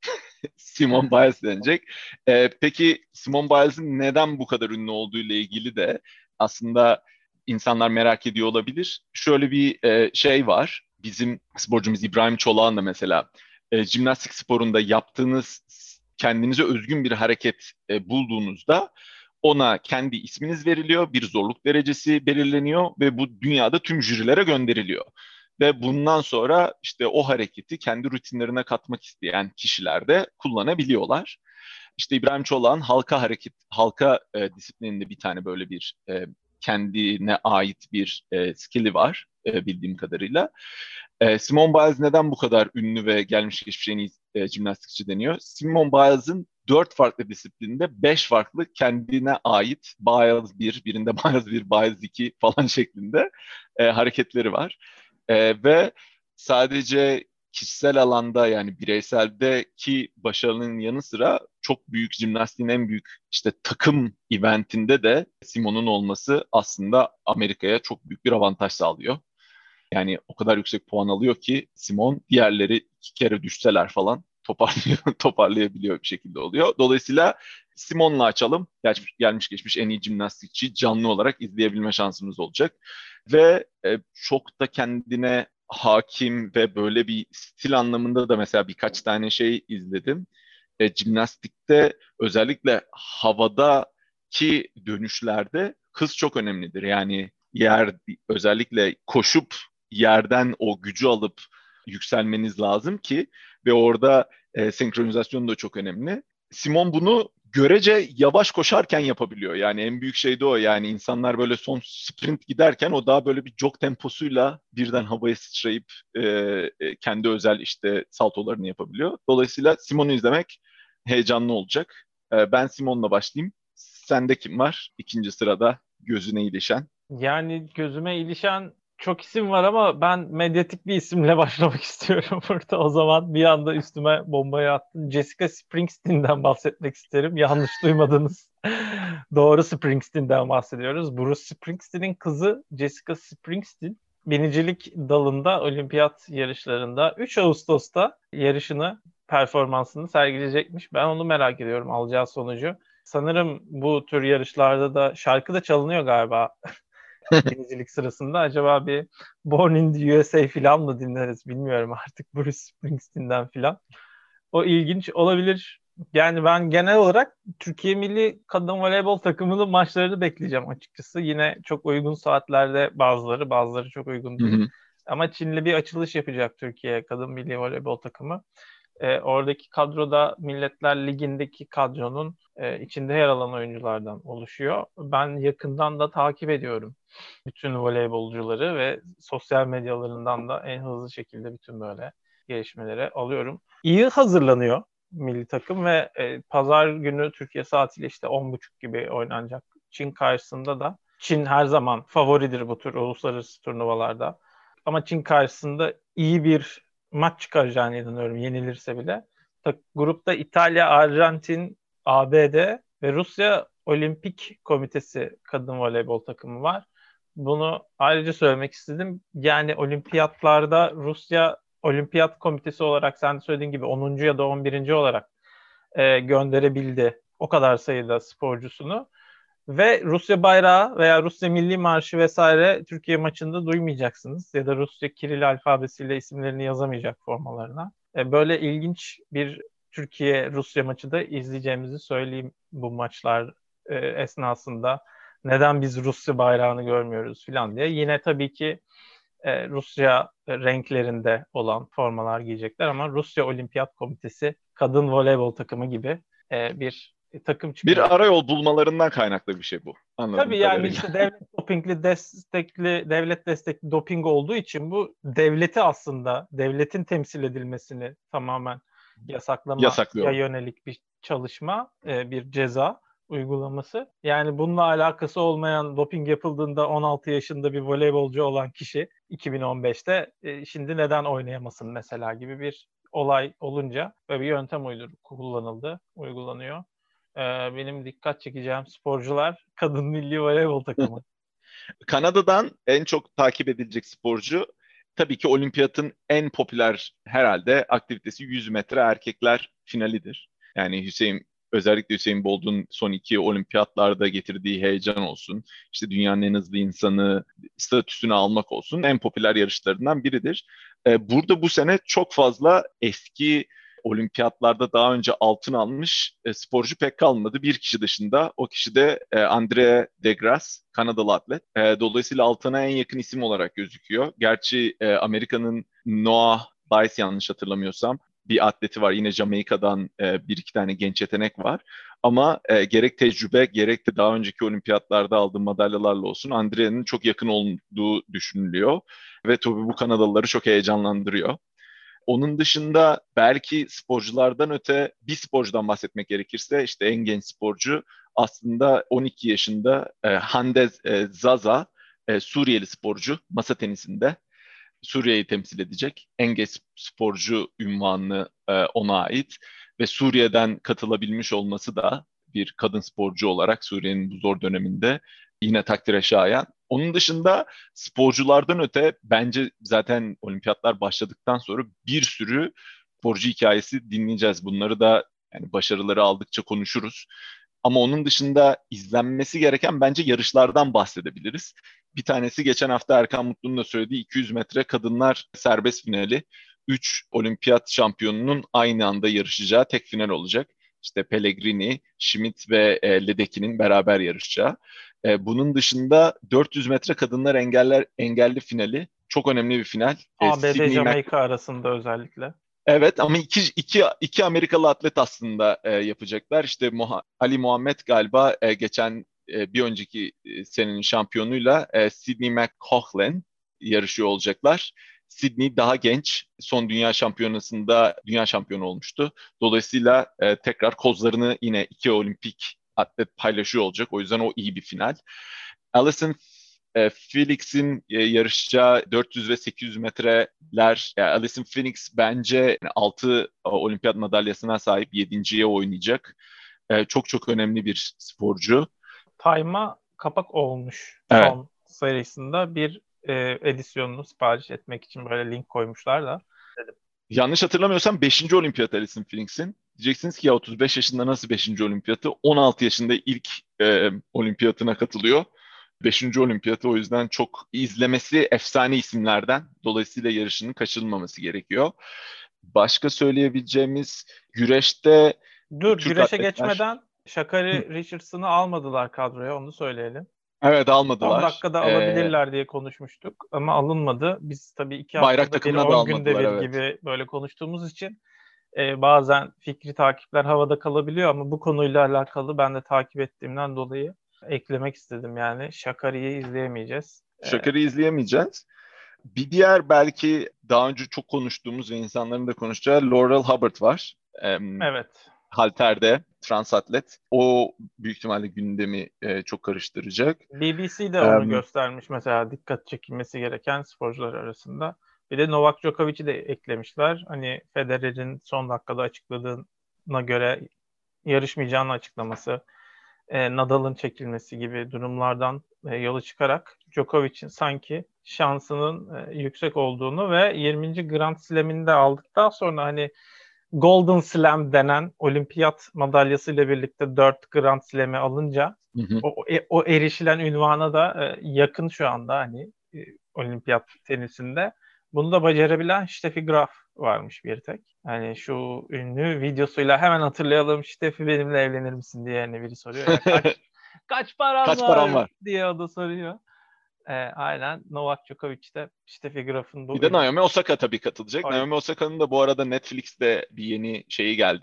Simone Biles denecek. Ee, peki Simone Biles'in neden bu kadar ünlü olduğu ile ilgili de aslında insanlar merak ediyor olabilir. Şöyle bir e, şey var. Bizim sporcumuz İbrahim Çolak'ın da mesela e, jimnastik sporunda yaptığınız kendinize özgün bir hareket e, bulduğunuzda ona kendi isminiz veriliyor, bir zorluk derecesi belirleniyor ve bu dünyada tüm jürilere gönderiliyor. Ve bundan sonra işte o hareketi kendi rutinlerine katmak isteyen kişiler de kullanabiliyorlar. İşte İbrahim Çolak'ın halka hareket, halka e, disiplininde bir tane böyle bir e, kendine ait bir e, skill'i var e, bildiğim kadarıyla. E, Simone Biles neden bu kadar ünlü ve gelmiş geçmiş en iyi e, jimnastikçi deniyor? Simone Biles'ın dört farklı disiplinde beş farklı kendine ait Biles bir, birinde Biles bir, Biles iki falan şeklinde e, hareketleri var. E, ve sadece kişisel alanda yani bireyseldeki başarının yanı sıra çok büyük jimnastiğin en büyük işte takım eventinde de Simone'un olması aslında Amerika'ya çok büyük bir avantaj sağlıyor. Yani o kadar yüksek puan alıyor ki Simon diğerleri iki kere düşseler falan toparlıyor, toparlayabiliyor bir şekilde oluyor. Dolayısıyla Simon'la açalım. Gel, gelmiş geçmiş en iyi jimnastikçi canlı olarak izleyebilme şansımız olacak. Ve e, çok da kendine hakim ve böyle bir stil anlamında da mesela birkaç tane şey izledim. E, jimnastikte özellikle havadaki dönüşlerde hız çok önemlidir. Yani yer özellikle koşup yerden o gücü alıp yükselmeniz lazım ki ve orada e, senkronizasyon da çok önemli. Simon bunu görece yavaş koşarken yapabiliyor. Yani en büyük şey de o. Yani insanlar böyle son sprint giderken o daha böyle bir jog temposuyla birden havaya sıçrayıp e, e, kendi özel işte saltolarını yapabiliyor. Dolayısıyla Simon'u izlemek heyecanlı olacak. E, ben Simon'la başlayayım. Sende kim var? İkinci sırada gözüne ilişen. Yani gözüme ilişen çok isim var ama ben medyatik bir isimle başlamak istiyorum burada. O zaman bir anda üstüme bombayı attın. Jessica Springsteen'den bahsetmek isterim. Yanlış duymadınız. Doğru, Springsteen'den bahsediyoruz. Bruce Springsteen'in kızı Jessica Springsteen binicilik dalında olimpiyat yarışlarında üç Ağustos'ta yarışını, performansını sergileyecekmiş. Ben onu merak ediyorum, alacağı sonucu. Sanırım bu tür yarışlarda da şarkı da çalınıyor galiba binicilik sırasında. Acaba bir Born in the U S A falan mı dinleriz bilmiyorum artık, Bruce Springsteen'den falan. O ilginç olabilir. Yani ben genel olarak Türkiye Milli Kadın Voleybol takımının maçlarını bekleyeceğim açıkçası. Yine çok uygun saatlerde bazıları, bazıları çok uygun Hı değil. hı. Ama Çinli bir açılış yapacak Türkiye Kadın Milli Voleybol takımı. E, oradaki kadroda Milletler Ligi'ndeki kadronun e, içinde yer alan oyunculardan oluşuyor. Ben yakından da takip ediyorum bütün voleybolcuları ve sosyal medyalarından da en hızlı şekilde bütün böyle gelişmeleri alıyorum. İyi hazırlanıyor milli takım ve e, pazar günü Türkiye saatiyle işte on buçuk gibi oynanacak Çin karşısında da. Çin her zaman favoridir bu tür uluslararası turnuvalarda. Ama Çin karşısında iyi bir maç çıkaracağını inanıyorum, yenilirse bile. Tak, grupta İtalya, Arjantin, A B D ve Rusya Olimpik Komitesi kadın voleybol takımı var. Bunu ayrıca söylemek istedim. Yani olimpiyatlarda Rusya Olimpiyat Komitesi olarak sen de söylediğin gibi onuncu ya da on birinci olarak e, gönderebildi o kadar sayıda sporcusunu. Ve Rusya bayrağı veya Rusya Milli Marşı vesaire Türkiye maçında duymayacaksınız. Ya da Rusya Kiril alfabesiyle isimlerini yazamayacak formalarına. E, böyle ilginç bir Türkiye-Rusya maçı da izleyeceğimizi söyleyeyim bu maçlar e, esnasında. Neden biz Rusya bayrağını görmüyoruz falan diye. Yine tabii ki e, Rusya renklerinde olan formalar giyecekler ama Rusya Olimpiyat Komitesi kadın voleybol takımı gibi e, bir e, takım Bir çıkarıyor. arayol bulmalarından kaynaklı bir şey bu. Anladığım Tabii yani kadarıyla. işte devlet dopingli destekli devlet destekli doping olduğu için bu devleti aslında devletin temsil edilmesini tamamen yasaklamaya Yasaklıyor. yönelik bir çalışma, e, bir ceza uygulaması. Yani bununla alakası olmayan doping yapıldığında on altı yaşında bir voleybolcu olan kişi iki bin on beşte e, şimdi neden oynayamasın mesela gibi bir olay olunca böyle bir yöntem uydur kullanıldı, uygulanıyor. Ee, benim dikkat çekeceğim sporcular kadın milli voleybol takımı. Kanada'dan en çok takip edilecek sporcu tabii ki olimpiyatın en popüler herhalde aktivitesi yüz metre erkekler finalidir. Yani Hüseyin özellikle Hüseyin Bolt'un son iki olimpiyatlarda getirdiği heyecan olsun, işte dünyanın en hızlı insanı statüsünü almak olsun en popüler yarışlarından biridir. Ee, burada bu sene çok fazla eski olimpiyatlarda daha önce altın almış e, sporcu pek kalmadı. Bir kişi dışında. O kişi de e, Andre Degrasse, Kanadalı atlet. E, dolayısıyla altına en yakın isim olarak gözüküyor. Gerçi e, Amerika'nın Noah Lyles yanlış hatırlamıyorsam bir atleti var. Yine Jamaika'dan e, bir iki tane genç yetenek var. Ama e, gerek tecrübe gerek de daha önceki olimpiyatlarda aldığı madalyalarla olsun Andrea'nın çok yakın olduğu düşünülüyor. Ve tabii bu Kanadalıları çok heyecanlandırıyor. Onun dışında belki sporculardan öte bir sporcudan bahsetmek gerekirse işte en genç sporcu aslında on iki yaşında e, Hande e, Zaza, e, Suriyeli sporcu masa tenisinde Suriye'yi temsil edecek. En genç sporcu unvanı e, ona ait ve Suriye'den katılabilmiş olması da bir kadın sporcu olarak Suriye'nin bu zor döneminde yine takdire şayan. Onun dışında sporculardan öte bence zaten olimpiyatlar başladıktan sonra bir sürü sporcu hikayesi dinleyeceğiz. Bunları da yani başarıları aldıkça konuşuruz. Ama onun dışında izlenmesi gereken bence yarışlardan bahsedebiliriz. Bir tanesi geçen hafta Erkan Mutlu'nun da söylediği iki yüz metre kadınlar serbest finali. Üç olimpiyat şampiyonunun aynı anda yarışacağı tek final olacak. İşte Pellegrini, Schmidt ve e, Ledeki'nin beraber yarışacağı. E, bunun dışında dört yüz metre kadınlar engeller engelli finali. Çok önemli bir final. E, A B D Sydney Mac Jamaika arasında özellikle. Evet ama iki, iki, iki Amerikalı atlet aslında e, yapacaklar. İşte Muha- Ali Muhammed galiba e, geçen e, bir önceki e, senenin şampiyonuyla e, Sydney McCaughlin yarışıyor olacaklar. Sydney daha genç. Son dünya şampiyonasında dünya şampiyonu olmuştu. Dolayısıyla e, tekrar kozlarını yine iki olimpik atlet paylaşıyor olacak. O yüzden o iyi bir final. Alison e, Felix'in e, yarışacağı dört yüz ve sekiz yüz metreler, yani Alison Felix bence altı olimpiyat madalyasına sahip yedinciye oynayacak. E, çok çok önemli bir sporcu. Time'a kapak olmuş Evet. son serisinde bir e, edisyonunu sipariş etmek için böyle link koymuşlar da. Yanlış hatırlamıyorsam beşinci olimpiyat Alison Felix'in. Diyeceksiniz ki ya otuz beş yaşında nasıl beşinci olimpiyatı? on altı yaşında ilk e, olimpiyatına katılıyor. Beşinci olimpiyatı o yüzden çok izlemesi efsane isimlerden. Dolayısıyla yarışının kaçırılmaması gerekiyor. Başka söyleyebileceğimiz güreşte Dur, Türk güreşe atletler. geçmeden Hı, Sha'Carri Richardson'ı almadılar kadroya, onu söyleyelim. evet Son almadılar. dakikada Ee, alabilirler diye konuşmuştuk ama alınmadı. Biz tabii iki bayrak haftada bir, takımına da on günde almadılar bir evet. gibi böyle konuştuğumuz için e, bazen fikri takipler havada kalabiliyor ama bu konuyla alakalı ben de takip ettiğimden dolayı eklemek istedim yani. Sha'Carri'yi izleyemeyeceğiz. E, Şakar'ı izleyemeyeceğiz. Bir diğer belki daha önce çok konuştuğumuz ve insanların da konuşacağı Laurel Hubbard var. Ee, evet. halterde trans atlet. O büyük ihtimalle gündemi e, çok karıştıracak. B B C de Ee, onu göstermiş mesela, dikkat çekilmesi gereken sporcular arasında. Bir de Novak Djokovic'i de eklemişler. Hani Federer'in son dakikada açıkladığına göre yarışmayacağını açıklaması, e, Nadal'ın çekilmesi gibi durumlardan e, yola çıkarak Djokovic'in sanki şansının e, yüksek olduğunu ve yirminci Grand Slam'ini de aldıktan sonra hani Golden Slam denen olimpiyat madalyasıyla birlikte dört Grand Slam'i alınca hı hı. o, o, o erişilen ünvana da e, yakın şu anda hani e, olimpiyat tenisinde. Bunu da başarabilen Steffi Graf varmış bir tek. Hani şu ünlü videosuyla hemen hatırlayalım. Steffi benimle evlenir misin diye hani biri soruyor ya, kaç kaç paran Kaç param var var? diye o da soruyor. E, aynen Novak Djokovic de Steffi Graf'ın Bir bu de ünlü. Naomi Osaka tabii katılacak. Ay, Naomi Osaka'nın da bu arada Netflix'te bir yeni şeyi geldi.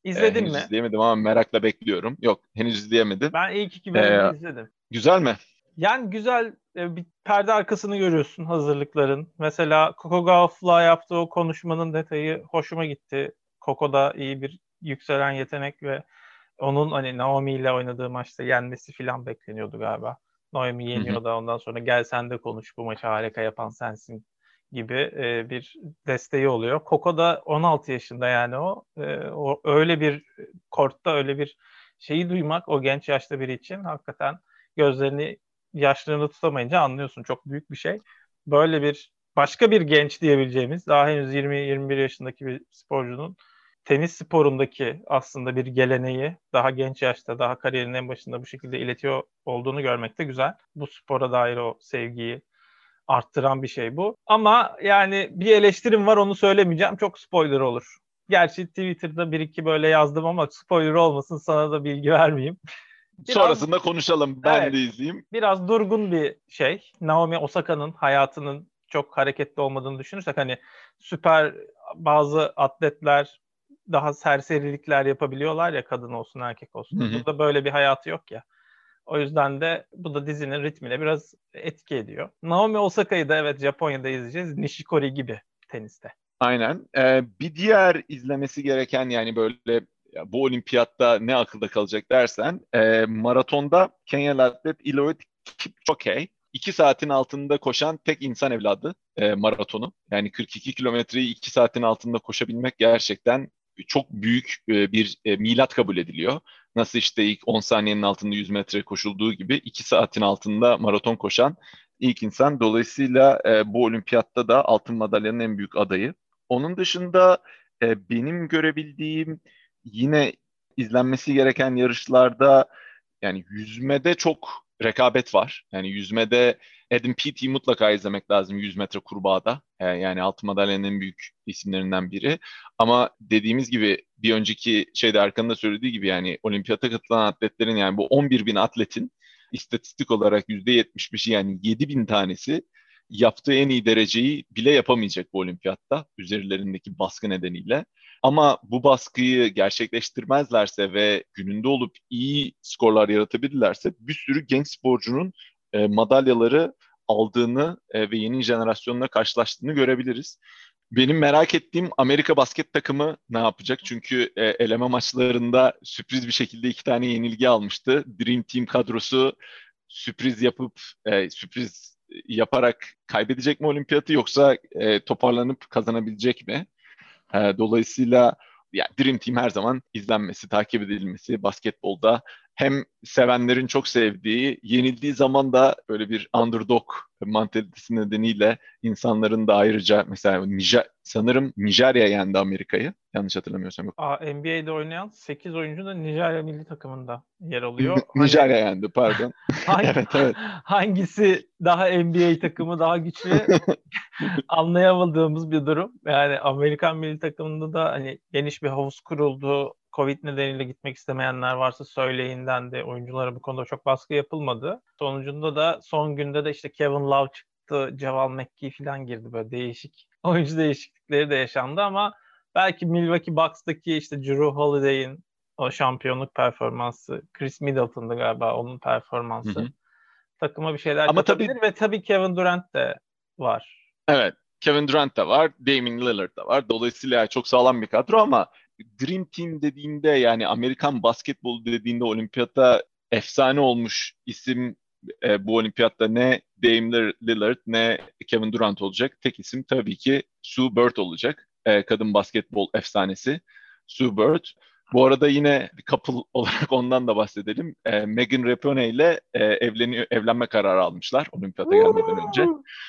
Ee, İzledin henüz mi? izleyemedim ama merakla bekliyorum. Yok, henüz izleyemedim. Ben ilk iki bölümünü Ee, izledim. güzel mi? Yani güzel, e, bir perde arkasını görüyorsun hazırlıkların. Mesela Coco Gauff'la yaptığı o konuşmanın detayı hoşuma gitti. Coco da iyi bir yükselen yetenek ve onun hani Naomi ile oynadığı maçta yenmesi falan bekleniyordu galiba. Naomi Hı hı. yeniyor da ondan sonra gel sen de konuş, bu maçı harika yapan sensin gibi e, bir desteği oluyor. Coco da on altı yaşında, yani o. E, o öyle bir kortta öyle bir şeyi duymak o genç yaşta biri için hakikaten gözlerini yaşlarını tutamayınca anlıyorsun, çok büyük bir şey. Böyle bir başka bir genç diyebileceğimiz daha henüz yirmi yirmi bir yaşındaki bir sporcunun tenis sporundaki aslında bir geleneği daha genç yaşta, daha kariyerinin en başında bu şekilde iletiyor olduğunu görmek de güzel. Bu spora dair o sevgiyi arttıran bir şey bu. Ama yani bir eleştirim var, onu söylemeyeceğim. Çok spoiler olur. Gerçi Twitter'da bir iki böyle yazdım ama spoiler olmasın, sana da bilgi vermeyeyim. Biraz, Sonrasında konuşalım. Ben evet, de izleyeyim. biraz durgun bir şey. Naomi Osaka'nın hayatının çok hareketli olmadığını düşünürsek, hani süper bazı atletler daha serserilikler yapabiliyorlar ya, kadın olsun erkek Hı olsun. hı. Burada böyle bir hayatı yok ya. O yüzden de bu da dizinin ritmine biraz etki ediyor. Naomi Osaka'yı da evet Japonya'da izleyeceğiz. Nishikori gibi teniste. Aynen. Ee, bir diğer izlemesi gereken yani böyle ya bu olimpiyatta ne akılda kalacak dersen e, maratonda Kenyalı atlet Eliud Kipchoge iki saatin altında koşan tek insan evladı e, maratonu. Yani kırk iki kilometreyi iki saatin altında koşabilmek gerçekten çok büyük e, bir e, milat kabul ediliyor. Nasıl işte ilk on saniyenin altında yüz metre koşulduğu gibi iki saatin altında maraton koşan ilk insan. Dolayısıyla e, bu olimpiyatta da altın madalyanın en büyük adayı. Onun dışında e, benim görebildiğim yine izlenmesi gereken yarışlarda yani yüzmede çok rekabet var. Yani yüzmede Adam Peaty'yi mutlaka izlemek lazım yüz metre kurbağada. E, yani altın madalyanın en büyük isimlerinden biri. Ama dediğimiz gibi bir önceki şeyde Erkan'ın da söylediği gibi yani olimpiyata katılan atletlerin yani bu on bir bin atletin istatistik olarak yüzde yetmiş beşi yani yedi bin tanesi yaptığı en iyi dereceyi bile yapamayacak bu olimpiyatta üzerlerindeki baskı nedeniyle. Ama bu baskıyı gerçekleştirmezlerse ve gününde olup iyi skorlar yaratabilirlerse bir sürü genç sporcunun e, madalyaları aldığını e, ve yeni jenerasyonla karşılaştığını görebiliriz. Benim merak ettiğim Amerika basket takımı ne yapacak? Çünkü e, eleme maçlarında sürpriz bir şekilde iki tane yenilgi almıştı. Dream Team kadrosu sürpriz yapıp e, sürpriz yaparak kaybedecek mi olimpiyatı yoksa e, toparlanıp kazanabilecek mi? E, dolayısıyla ya Dream Team her zaman izlenmesi, takip edilmesi basketbolda hem sevenlerin çok sevdiği, yenildiği zaman da böyle bir underdog mantalitesi nedeniyle insanların da ayrıca mesela Nijer, sanırım Nijerya yendi Amerika'yı. Yanlış hatırlamıyorsam. Aa, N B A'de oynayan sekiz oyuncu da Nijerya milli takımında yer alıyor. Hani Nijerya yendi pardon. hangi, Evet evet. hangisi daha N B A takımı daha güçlü anlayamadığımız bir durum. Yani Amerikan milli takımında da hani geniş bir havuz kuruldu. Covid nedeniyle gitmek istemeyenler varsa söyleyinden de oyunculara bu konuda çok baskı yapılmadı. Sonucunda da son günde de işte Kevin Love çıktı, Javal McGee falan girdi, böyle değişik oyuncu değişiklikleri de yaşandı ama belki Milwaukee Bucks'taki işte Jrue Holiday'in o şampiyonluk performansı, Chris Middleton'da galiba onun Hı performansı hı. takıma bir şeyler Ama tabii katabilir ve tabii Kevin Durant de var. evet, Kevin Durant da var, Damian Lillard da var. Dolayısıyla çok sağlam bir kadro ama Dream Team dediğinde yani Amerikan basketbolu dediğinde olimpiyata efsane olmuş isim e, bu olimpiyatta ne Damian Lillard ne Kevin Durant olacak. Tek isim tabii ki Sue Bird olacak. E, kadın basketbol efsanesi Sue Bird. Bu arada yine bir couple olarak ondan da bahsedelim. E, Megan Rapinoe ile e, evleniyor, evlenme kararı almışlar olimpiyata gelmeden önce.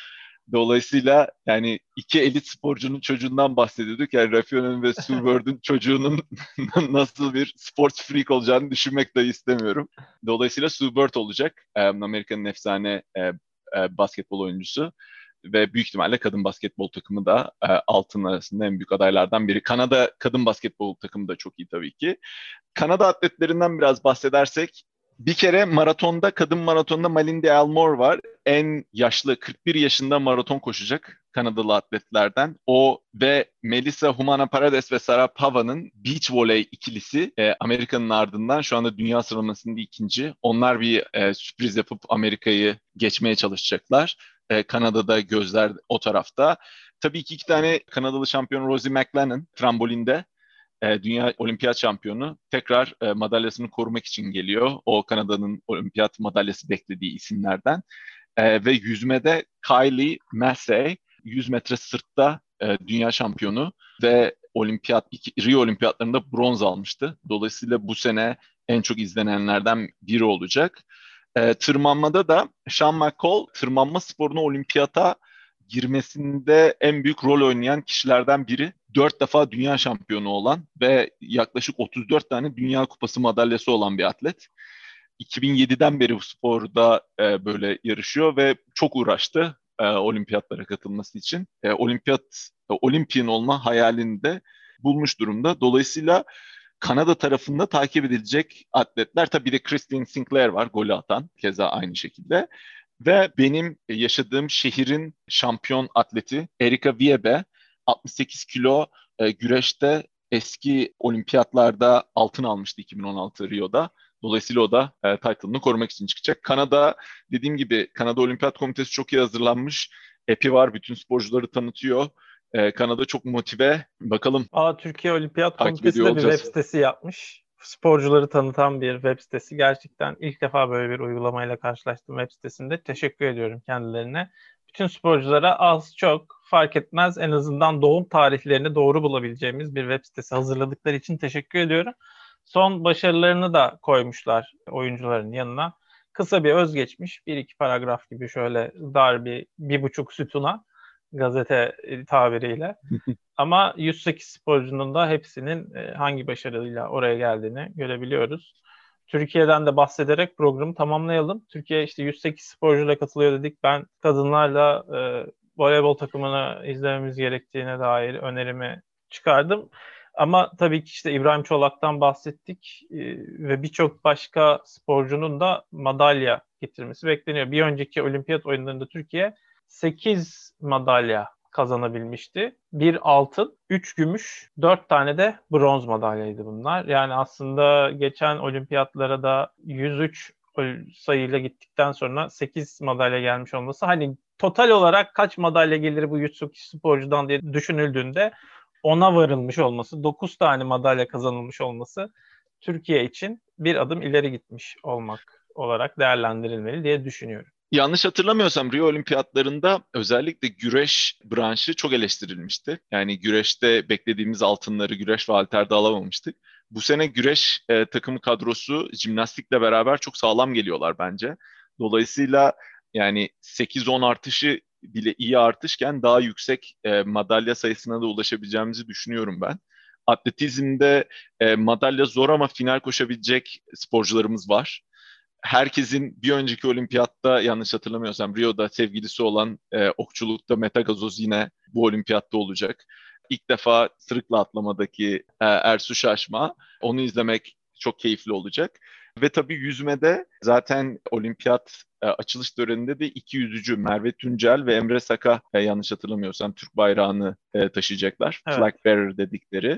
Dolayısıyla yani iki elit sporcunun çocuğundan bahsediyorduk. Yani Rafinha ve Sue Bird'ün çocuğunun nasıl bir sports freak olacağını düşünmek dahi istemiyorum. Dolayısıyla Sue Bird olacak. Amerika'nın efsane e, e, basketbol oyuncusu. Ve büyük ihtimalle kadın basketbol takımı da e, altın arasında en büyük adaylardan biri. Kanada kadın basketbol takımı da çok iyi tabii ki. Kanada atletlerinden biraz bahsedersek bir kere maratonda, kadın maratonda Malindi Elmore var. En yaşlı kırk bir yaşında maraton koşacak. Kanadalı atletlerden. O ve Melissa Humana Paredes ve Sarah Pava'nın beach voley ikilisi e, Amerika'nın ardından şu anda dünya sıralamasında ikinci. Onlar bir e, sürpriz yapıp Amerika'yı geçmeye çalışacaklar. E, Kanada'da gözler o tarafta. Tabii ki iki tane Kanadalı şampiyon Rosie McLennan trambolinde e, dünya olimpiyat şampiyonu tekrar e, madalyasını korumak için geliyor. O Kanada'nın olimpiyat madalyası beklediği isimlerden. E, ve yüzmede Kylie Massey yüz metre sırtta e, dünya şampiyonu ve olimpiyat iki, Rio olimpiyatlarında bronz almıştı. Dolayısıyla bu sene en çok izlenenlerden biri olacak. E, tırmanmada da Sean McCall tırmanma sporunu olimpiyata girmesinde en büyük rol oynayan kişilerden biri. Dört defa dünya şampiyonu olan ve yaklaşık otuz dört tane Dünya Kupası madalyası olan bir atlet. iki bin yediden beri bu sporda e, böyle yarışıyor ve çok uğraştı e, olimpiyatlara katılması için. E, olimpiyat, e, olimpiyan olma hayalini de bulmuş durumda. Dolayısıyla Kanada tarafında takip edilecek atletler, tabii de Christine Sinclair var, golü atan, keza aynı şekilde. Ve benim yaşadığım şehrin şampiyon atleti Erika Wiebe, altmış sekiz kilo e, güreşte eski olimpiyatlarda altın almıştı iki bin on altı Rio'da. Dolayısıyla o da e, title'ını korumak için çıkacak. Kanada, dediğim gibi Kanada Olimpiyat Komitesi çok iyi hazırlanmış. Epi var, bütün sporcuları tanıtıyor. E, Kanada çok motive. Bakalım. Aa, Türkiye Olimpiyat Takip Komitesi ediyor de bir web olacağız. sitesi yapmış. Sporcuları tanıtan bir web sitesi. Gerçekten ilk defa böyle bir uygulamayla karşılaştım web sitesinde. Teşekkür ediyorum kendilerine. Bütün sporculara az çok fark etmez, en azından doğum tarihlerini doğru bulabileceğimiz bir web sitesi hazırladıkları için teşekkür ediyorum. Son başarılarını da koymuşlar oyuncuların yanına. Kısa bir özgeçmiş, bir iki paragraf gibi şöyle dar bir, bir buçuk sütuna, gazete tabiriyle. Ama yüz sekiz sporcunun da hepsinin e, hangi başarıyla oraya geldiğini görebiliyoruz. Türkiye'den de bahsederek programı tamamlayalım. Türkiye işte yüz sekiz sporcuyla katılıyor dedik. Ben kadınlarla e, voleybol takımını izlememiz gerektiğine dair önerimi çıkardım. Ama tabii ki işte İbrahim Çolak'tan bahsettik e, ve birçok başka sporcunun da madalya getirmesi bekleniyor. Bir önceki olimpiyat oyunlarında Türkiye sekiz madalya kazanabilmişti. Bir altın, üç gümüş, dört tane de bronz madalyaydı bunlar. Yani aslında geçen olimpiyatlara da yüz üç sayıyla gittikten sonra sekiz madalya gelmiş olması, hani total olarak kaç madalya gelir bu yüz sekiz sporcudan diye düşünüldüğünde ona varılmış olması, dokuz tane madalya kazanılmış olması Türkiye için bir adım ileri gitmiş olmak olarak değerlendirilmeli diye düşünüyorum. Yanlış hatırlamıyorsam Rio Olimpiyatlarında özellikle güreş branşı çok eleştirilmişti. Yani güreşte beklediğimiz altınları güreş ve halterde alamamıştık. Bu sene güreş e, takım kadrosu jimnastikle beraber çok sağlam geliyorlar bence. Dolayısıyla yani sekiz on artışı bile iyi artışken daha yüksek e, madalya sayısına da ulaşabileceğimizi düşünüyorum ben. Atletizmde e, madalya zor ama final koşabilecek sporcularımız var. Herkesin bir önceki olimpiyatta, yanlış hatırlamıyorsam Rio'da sevgilisi olan e, okçulukta Mete Gazoz yine bu olimpiyatta olacak. İlk defa sırıkla atlamadaki e, Ersu Şaşma. Onu izlemek çok keyifli olacak. Ve tabii yüzmede zaten olimpiyat e, açılış töreninde de iki yüzücü Merve Tuncel ve Emre Saka, e, yanlış hatırlamıyorsam Türk bayrağını e, taşıyacaklar. Evet. Flag bearer dedikleri.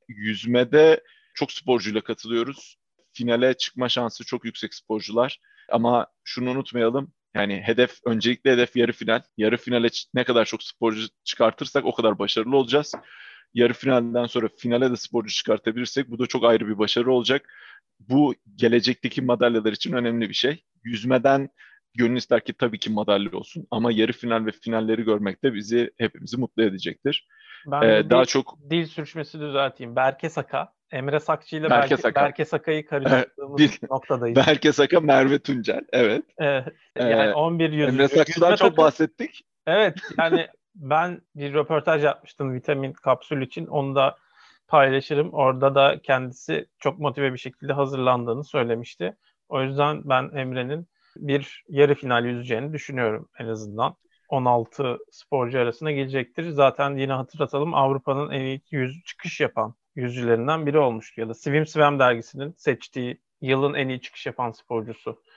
Yüzmede çok sporcuyla katılıyoruz. Finale çıkma şansı çok yüksek sporcular. Ama şunu unutmayalım. Yani hedef, öncelikle hedef yarı final. Yarı finale ne kadar çok sporcu çıkartırsak o kadar başarılı olacağız. Yarı finalden sonra finale de sporcu çıkartabilirsek bu da çok ayrı bir başarı olacak. Bu gelecekteki madalyalar için önemli bir şey. Yüzmeden gönül ister ki tabii ki madalya olsun ama yarı final ve finalleri görmek de bizi, hepimizi mutlu edecektir. Ben Ee, bir daha dil, çok dil sürçmesi düzelteyim. Berke Saka. Emre Sakçı ile Berke Berke, Saka. Berke Saka'yı Ee, karıştırdığımız bir, noktadayız. Berke Saka, Merve Tuncel. Evet. Ee, yani Ee, on bir Emre yüzücü. Sakçı'dan Yüzme çok takım. bahsettik. Evet, yani ben bir röportaj yapmıştım vitamin kapsül için. Onu da paylaşırım. Orada da kendisi çok motive bir şekilde hazırlandığını söylemişti. O yüzden ben Emre'nin bir yarı final yüzeceğini düşünüyorum en azından. on altı sporcu arasına gelecektir. Zaten yine hatırlatalım, Avrupa'nın en iyi yüz çıkış yapan yüzücülerinden biri olmuştu. Ya da Swim Swam dergisinin seçtiği yılın en iyi çıkış yapan sporcusu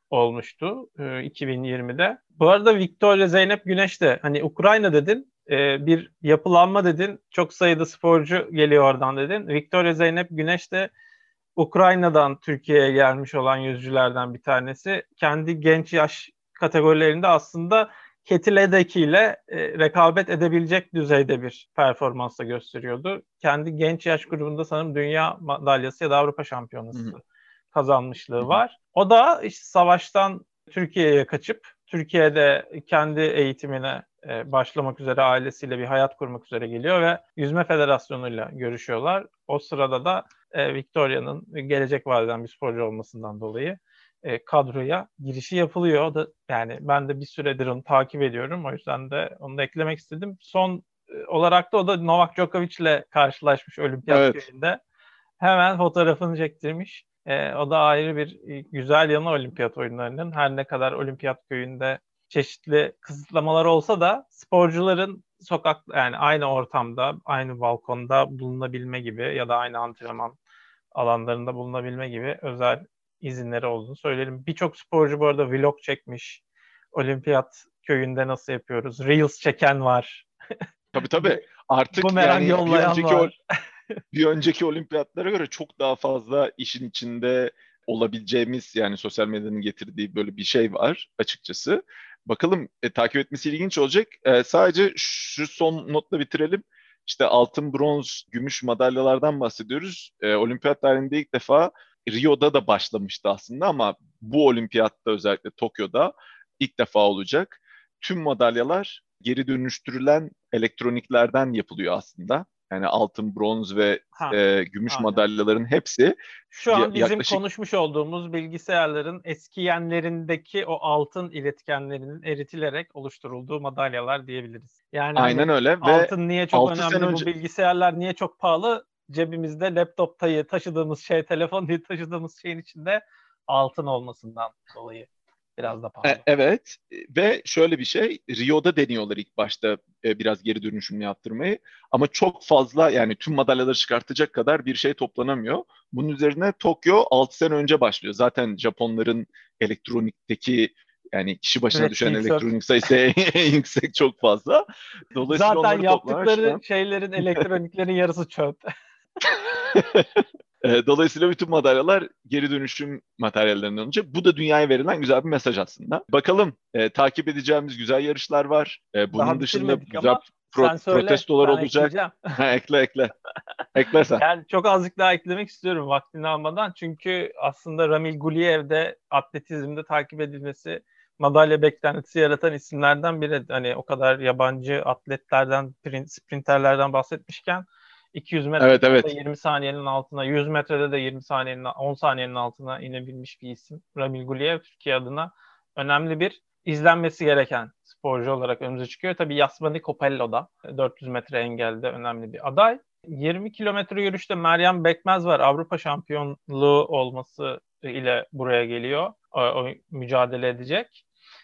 olmuştu e, iki bin yirmide. Bu arada Victoria Zeynep Güneş de hani Ukrayna dedin, e, bir yapılanma dedin, çok sayıda sporcu geliyor oradan dedin. Victoria Zeynep Güneş de Ukrayna'dan Türkiye'ye gelmiş olan yüzücülerden bir tanesi. Kendi genç yaş kategorilerinde aslında Ketil Edeki ile e, rekabet edebilecek düzeyde bir performansla gösteriyordu. Kendi genç yaş grubunda sanırım dünya madalyası ya da Avrupa şampiyonası Hı hı. kazanmışlığı Hı hı. var. O da işte savaştan Türkiye'ye kaçıp Türkiye'de kendi eğitimine e, başlamak üzere ailesiyle bir hayat kurmak üzere geliyor ve Yüzme Federasyonu'yla görüşüyorlar. O sırada da e, Victoria'nın gelecek vadeden bir sporcu olmasından dolayı e, kadroya girişi yapılıyor. O da, yani ben de bir süredir onu takip ediyorum. O yüzden de onu da eklemek istedim. Son e, olarak da o da Novak Djokovic'le karşılaşmış olimpiyat Evet. köyünde. Hemen fotoğrafını çektirmiş. E, o da ayrı bir e, güzel yanı olimpiyat oyunlarının. Her ne kadar olimpiyat köyünde çeşitli kısıtlamalar olsa da sporcuların sokak, yani aynı ortamda, aynı balkonda bulunabilme gibi ya da aynı antrenman alanlarında bulunabilme gibi özel izinleri olduğunu söyleyelim. Birçok sporcu bu arada vlog çekmiş. Olimpiyat köyünde nasıl yapıyoruz? Reels çeken var. Tabii tabii. Artık Bumerang yani bir yollayan önceki ol- var. bir önceki olimpiyatlara göre çok daha fazla işin içinde olabileceğimiz, yani sosyal medyanın getirdiği böyle bir şey var açıkçası. Bakalım, e, takip etmesi ilginç olacak. E, sadece şu son notla bitirelim. İşte altın, bronz, gümüş madalyalardan bahsediyoruz. E, olimpiyat tarihinde ilk defa Rio'da da başlamıştı aslında ama bu olimpiyatta, özellikle Tokyo'da ilk defa olacak. Tüm madalyalar geri dönüştürülen elektroniklerden yapılıyor aslında. Yani altın, bronz ve Ha, e, gümüş aynen. madalyaların hepsi Şu ya- an bizim yaklaşık, konuşmuş olduğumuz bilgisayarların eskiyenlerindeki o altın iletkenlerinin eritilerek oluşturulduğu madalyalar diyebiliriz. Yani aynen hani öyle ve altın niye çok altı sene önemli, bu önce, bilgisayarlar niye çok pahalı? Cebimizde laptoptayı taşıdığımız şey, telefon diye taşıdığımız şeyin içinde altın olmasından dolayı biraz da E, pahalı. evet, ve şöyle bir şey, Rio'da deniyorlar ilk başta e, biraz geri dönüşümlü yaptırmayı ama çok fazla, yani tüm madalyaları çıkartacak kadar bir şey toplanamıyor. Bunun üzerine Tokyo altı sene önce başlıyor. Zaten Japonların elektronikteki, yani kişi başına düşen Ürettiği çöp. elektronik sayısı en yüksek, çok fazla. Dolayısıyla Zaten onları toplamak şu yaptıkları an. şeylerin, elektroniklerin yarısı çöp. E, Dolayısıyla bütün madalyalar geri dönüşüm materyallerinden olacak. Bu da dünyaya verilen güzel bir mesaj aslında. Bakalım, e, takip edeceğimiz güzel yarışlar var. E, Daha bunun dışında bitirmedik güzel ama pro- sen söyle, protestolar ben olacak. ekleyeceğim. Ha, ekle ekle. Eklersen. Yani çok azıcık daha eklemek istiyorum vaktini almadan. Çünkü aslında Ramil Guliyev'de atletizmde takip edilmesi, madalya beklentisi yaratan isimlerden biri. Hani o kadar yabancı atletlerden, sprinterlerden bahsetmişken iki yüz Evet metrede de evet. yirmi saniyenin altına, yüz metrede de yirmi saniyenin, on saniyenin altına inebilmiş bir isim. Ramil Guliyev Türkiye adına önemli bir, izlenmesi gereken sporcu olarak önümüze çıkıyor. Tabii Yasmani Copello da dört yüz metre engelde önemli bir aday. yirmi kilometre yürüyüşte Meryem Bekmez var. Avrupa şampiyonluğu olması ile buraya geliyor. O, o mücadele edecek.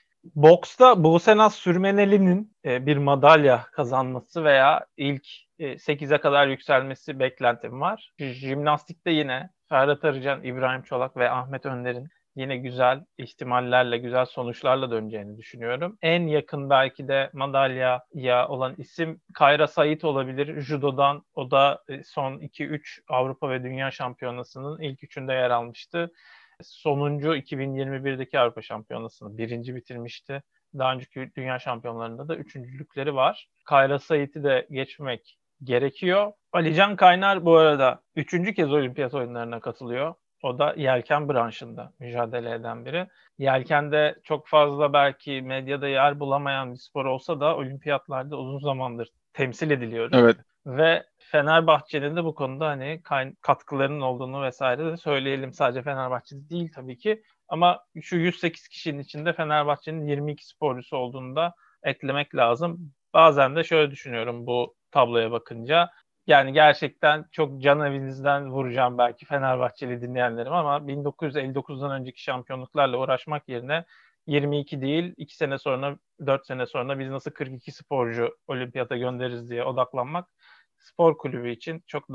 Boksta Buse Naz Sürmeneli'nin e, bir madalya kazanması veya ilk e, sekize kadar yükselmesi beklentim var. Jimnastikte yine Ferhat Arıcan, İbrahim Çolak ve Ahmet Önder'in yine güzel ihtimallerle, güzel sonuçlarla döneceğini düşünüyorum. En yakın belki de madalyaya olan isim Kayra Sait olabilir. Judo'dan, o da e, son iki üç Avrupa ve Dünya Şampiyonası'nın ilk üçünde yer almıştı. Sonuncu iki bin yirmi birdeki Avrupa Şampiyonası'nı birinci bitirmişti. Daha önceki dünya şampiyonlarında da üçüncülükleri var. Kayra Sait'i de geçmek gerekiyor. Alican Kaynar bu arada üçüncü kez olimpiyat oyunlarına katılıyor. O da yelken branşında mücadele eden biri. Yelkende çok fazla belki medyada yer bulamayan bir spor olsa da olimpiyatlarda uzun zamandır temsil ediliyoruz. Evet. Ve Fenerbahçe'nin de bu konuda hani katkılarının olduğunu vesaire de söyleyelim. Sadece Fenerbahçe'de değil tabii ki. Ama şu yüz sekiz kişinin içinde Fenerbahçe'nin yirmi iki sporcusu olduğunu da eklemek lazım. Bazen de şöyle düşünüyorum bu tabloya bakınca. Yani gerçekten çok can evinizden vuracağım belki Fenerbahçeli dinleyenlerim ama bin dokuz yüz elli dokuzdan önceki şampiyonluklarla uğraşmak yerine yirmi iki değil, iki sene sonra, dört sene sonra biz nasıl kırk iki sporcu olimpiyata göndeririz diye odaklanmak spor kulübü için çok daha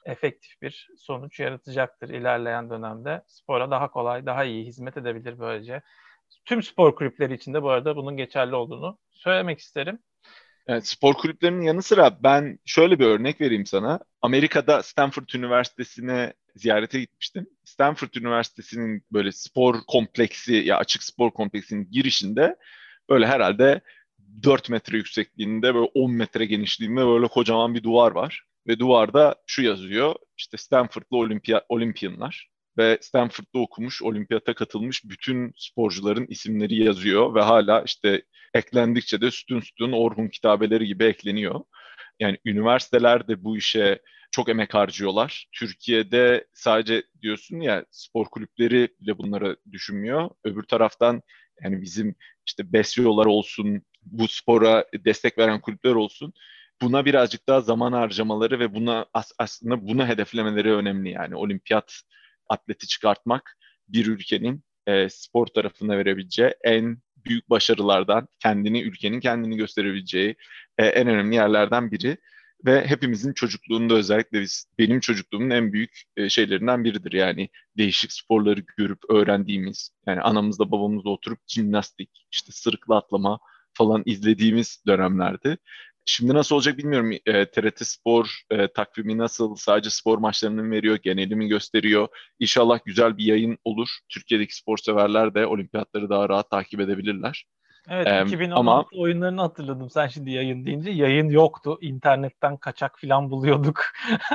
efektif bir sonuç yaratacaktır ilerleyen dönemde. Spora daha kolay, daha iyi hizmet edebilir böylece. Tüm spor kulüpleri için de bu arada bunun geçerli olduğunu söylemek isterim. Evet, spor kulüplerinin yanı sıra ben şöyle bir örnek vereyim sana. Amerika'da Stanford Üniversitesi'ne ziyarete gitmiştim. Stanford Üniversitesi'nin böyle spor kompleksi ya açık spor kompleksinin girişinde böyle herhalde dört metre yüksekliğinde böyle on metre genişliğinde böyle kocaman bir duvar var. Ve duvarda şu yazıyor: işte Stanford'lu Olimpiya, Olimpiyanlar ve Stanford'da okumuş, olimpiyata katılmış bütün sporcuların isimleri yazıyor ve hala işte eklendikçe de sütun sütun Orhun kitabeleri gibi ekleniyor. Yani üniversiteler de bu işe çok emek harcıyorlar. Türkiye'de sadece diyorsun ya spor kulüpleri bile bunları düşünmüyor. Öbür taraftan yani bizim işte BESYO'lar olsun, bu spora destek veren kulüpler olsun. Buna birazcık daha zaman harcamaları ve buna as- aslında bunu hedeflemeleri önemli yani. Olimpiyat atleti çıkartmak bir ülkenin e, spor tarafına verebileceği en büyük başarılardan, kendini, ülkenin kendini gösterebileceği e, en önemli yerlerden biri. Ve hepimizin çocukluğunda özellikle biz, benim çocukluğumun en büyük e, şeylerinden biridir. Yani değişik sporları görüp öğrendiğimiz, yani anamızla babamızla oturup jimnastik, işte sırıkla atlama falan izlediğimiz dönemlerdi. Şimdi nasıl olacak bilmiyorum. E, T R T Spor e, takvimi nasıl? Sadece spor maçlarını mı veriyor? Geneli mi gösteriyor? İnşallah güzel bir yayın olur. Türkiye'deki spor severler de olimpiyatları daha rahat takip edebilirler. Evet, E, ama iki bin on altı oyunlarını hatırladım. Sen şimdi yayın deyince yayın yoktu. İnternetten kaçak falan buluyorduk.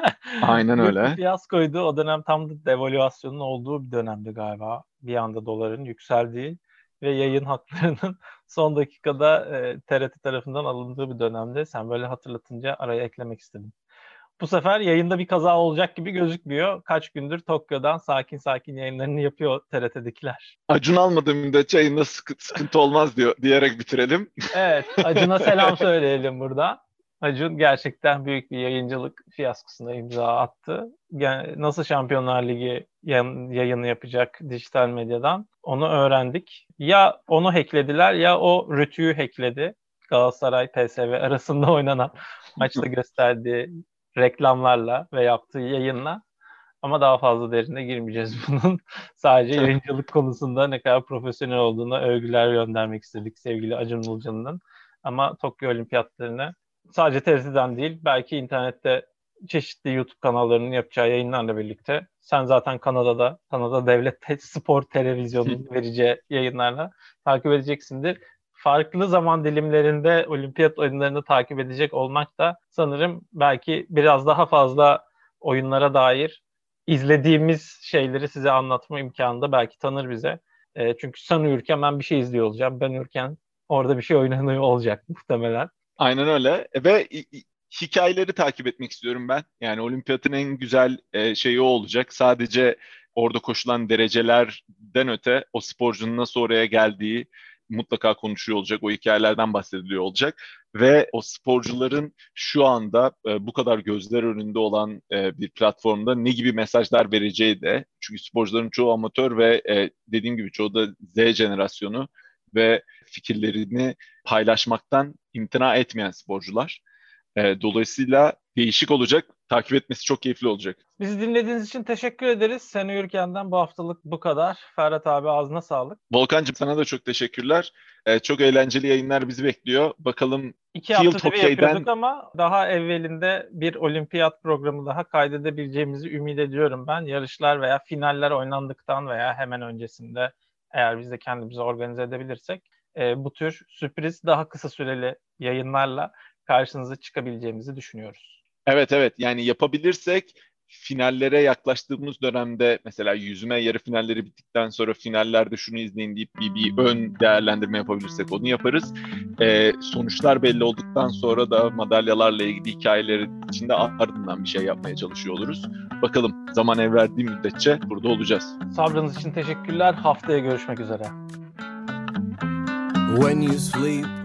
aynen Büyük bir öyle. fiyaskoydu. O dönem tam da devalüasyonun olduğu bir dönemdi galiba. Bir anda doların yükseldiği ve yayın haklarının son dakikada e, T R T tarafından alındığı bir dönemde. Sen böyle hatırlatınca araya eklemek istedim. Bu sefer yayında bir kaza olacak gibi gözükmüyor. Kaç gündür Tokyo'dan sakin sakin yayınlarını yapıyor T R T'dekiler. Acun almadığı müddetçe yayında sıkı- sıkıntı olmaz diyor diyerek bitirelim. Evet, Acun'a selam söyleyelim burada. Acun gerçekten büyük bir yayıncılık fiyaskosuna imza attı. Yani nasıl Şampiyonlar Ligi yayını yapacak dijital medyadan onu öğrendik. Ya onu hacklediler ya o Rütü'yü hackledi. Galatasaray P S V arasında oynanan maçta gösterdiği reklamlarla ve yaptığı yayınla. Ama daha fazla derine girmeyeceğiz bunun. Sadece yayıncılık konusunda ne kadar profesyonel olduğuna övgüler göndermek istedik sevgili Acun Ilıcalı'nın. Ama Tokyo Olimpiyatlarını sadece T R T'den değil, belki internette çeşitli YouTube kanallarının yapacağı yayınlarla birlikte, sen zaten Kanada'da, Kanada Devlet Te- Spor Televizyonu'nun vereceği yayınlarla takip edeceksindir. Farklı zaman dilimlerinde olimpiyat oyunlarını takip edecek olmak da sanırım belki biraz daha fazla oyunlara dair izlediğimiz şeyleri size anlatma imkanı da belki tanır bize. E, çünkü sen uyurken ben bir şey izliyor olacağım. Ben uyurken orada bir şey oynanıyor olacak muhtemelen. Aynen öyle. Ve i- i- hikayeleri takip etmek istiyorum ben. Yani olimpiyatın en güzel e, şeyi o olacak. Sadece orada koşulan derecelerden öte o sporcunun nasıl oraya geldiği mutlaka konuşuyor olacak. O hikayelerden bahsediliyor olacak. Ve o sporcuların şu anda e, bu kadar gözler önünde olan e, bir platformda ne gibi mesajlar vereceği de. Çünkü sporcuların çoğu amatör ve e, dediğim gibi çoğu da Z jenerasyonu ve fikirlerini paylaşmaktan imtina etmeyen sporcular. E, dolayısıyla değişik olacak. Takip etmesi çok keyifli olacak. Bizi dinlediğiniz için teşekkür ederiz. Sen Uyurken'den bu haftalık bu kadar. Ferhat abi ağzına sağlık. Volkan'cığım sana da çok teşekkürler. E, çok eğlenceli yayınlar bizi bekliyor. Bakalım İki Field haftada bir yapıyorduk Hockey'den ama daha evvelinde bir olimpiyat programı daha kaydedebileceğimizi ümit ediyorum ben. Yarışlar veya finaller oynandıktan veya hemen öncesinde, eğer biz de kendimizi organize edebilirsek, e, bu tür sürpriz daha kısa süreli yayınlarla karşınıza çıkabileceğimizi düşünüyoruz. evet evet yani yapabilirsek finallere yaklaştığımız dönemde mesela yüzme yarı finalleri bittikten sonra finallerde şunu izleyin deyip bir, bir ön değerlendirme yapabilirsek onu yaparız. Ee, sonuçlar belli olduktan sonra da madalyalarla ilgili hikayeleri içinde ardından bir şey yapmaya çalışıyor oluruz. Bakalım zaman el verdiği müddetçe burada olacağız. Sabrınız için teşekkürler. Haftaya görüşmek üzere. When you sleep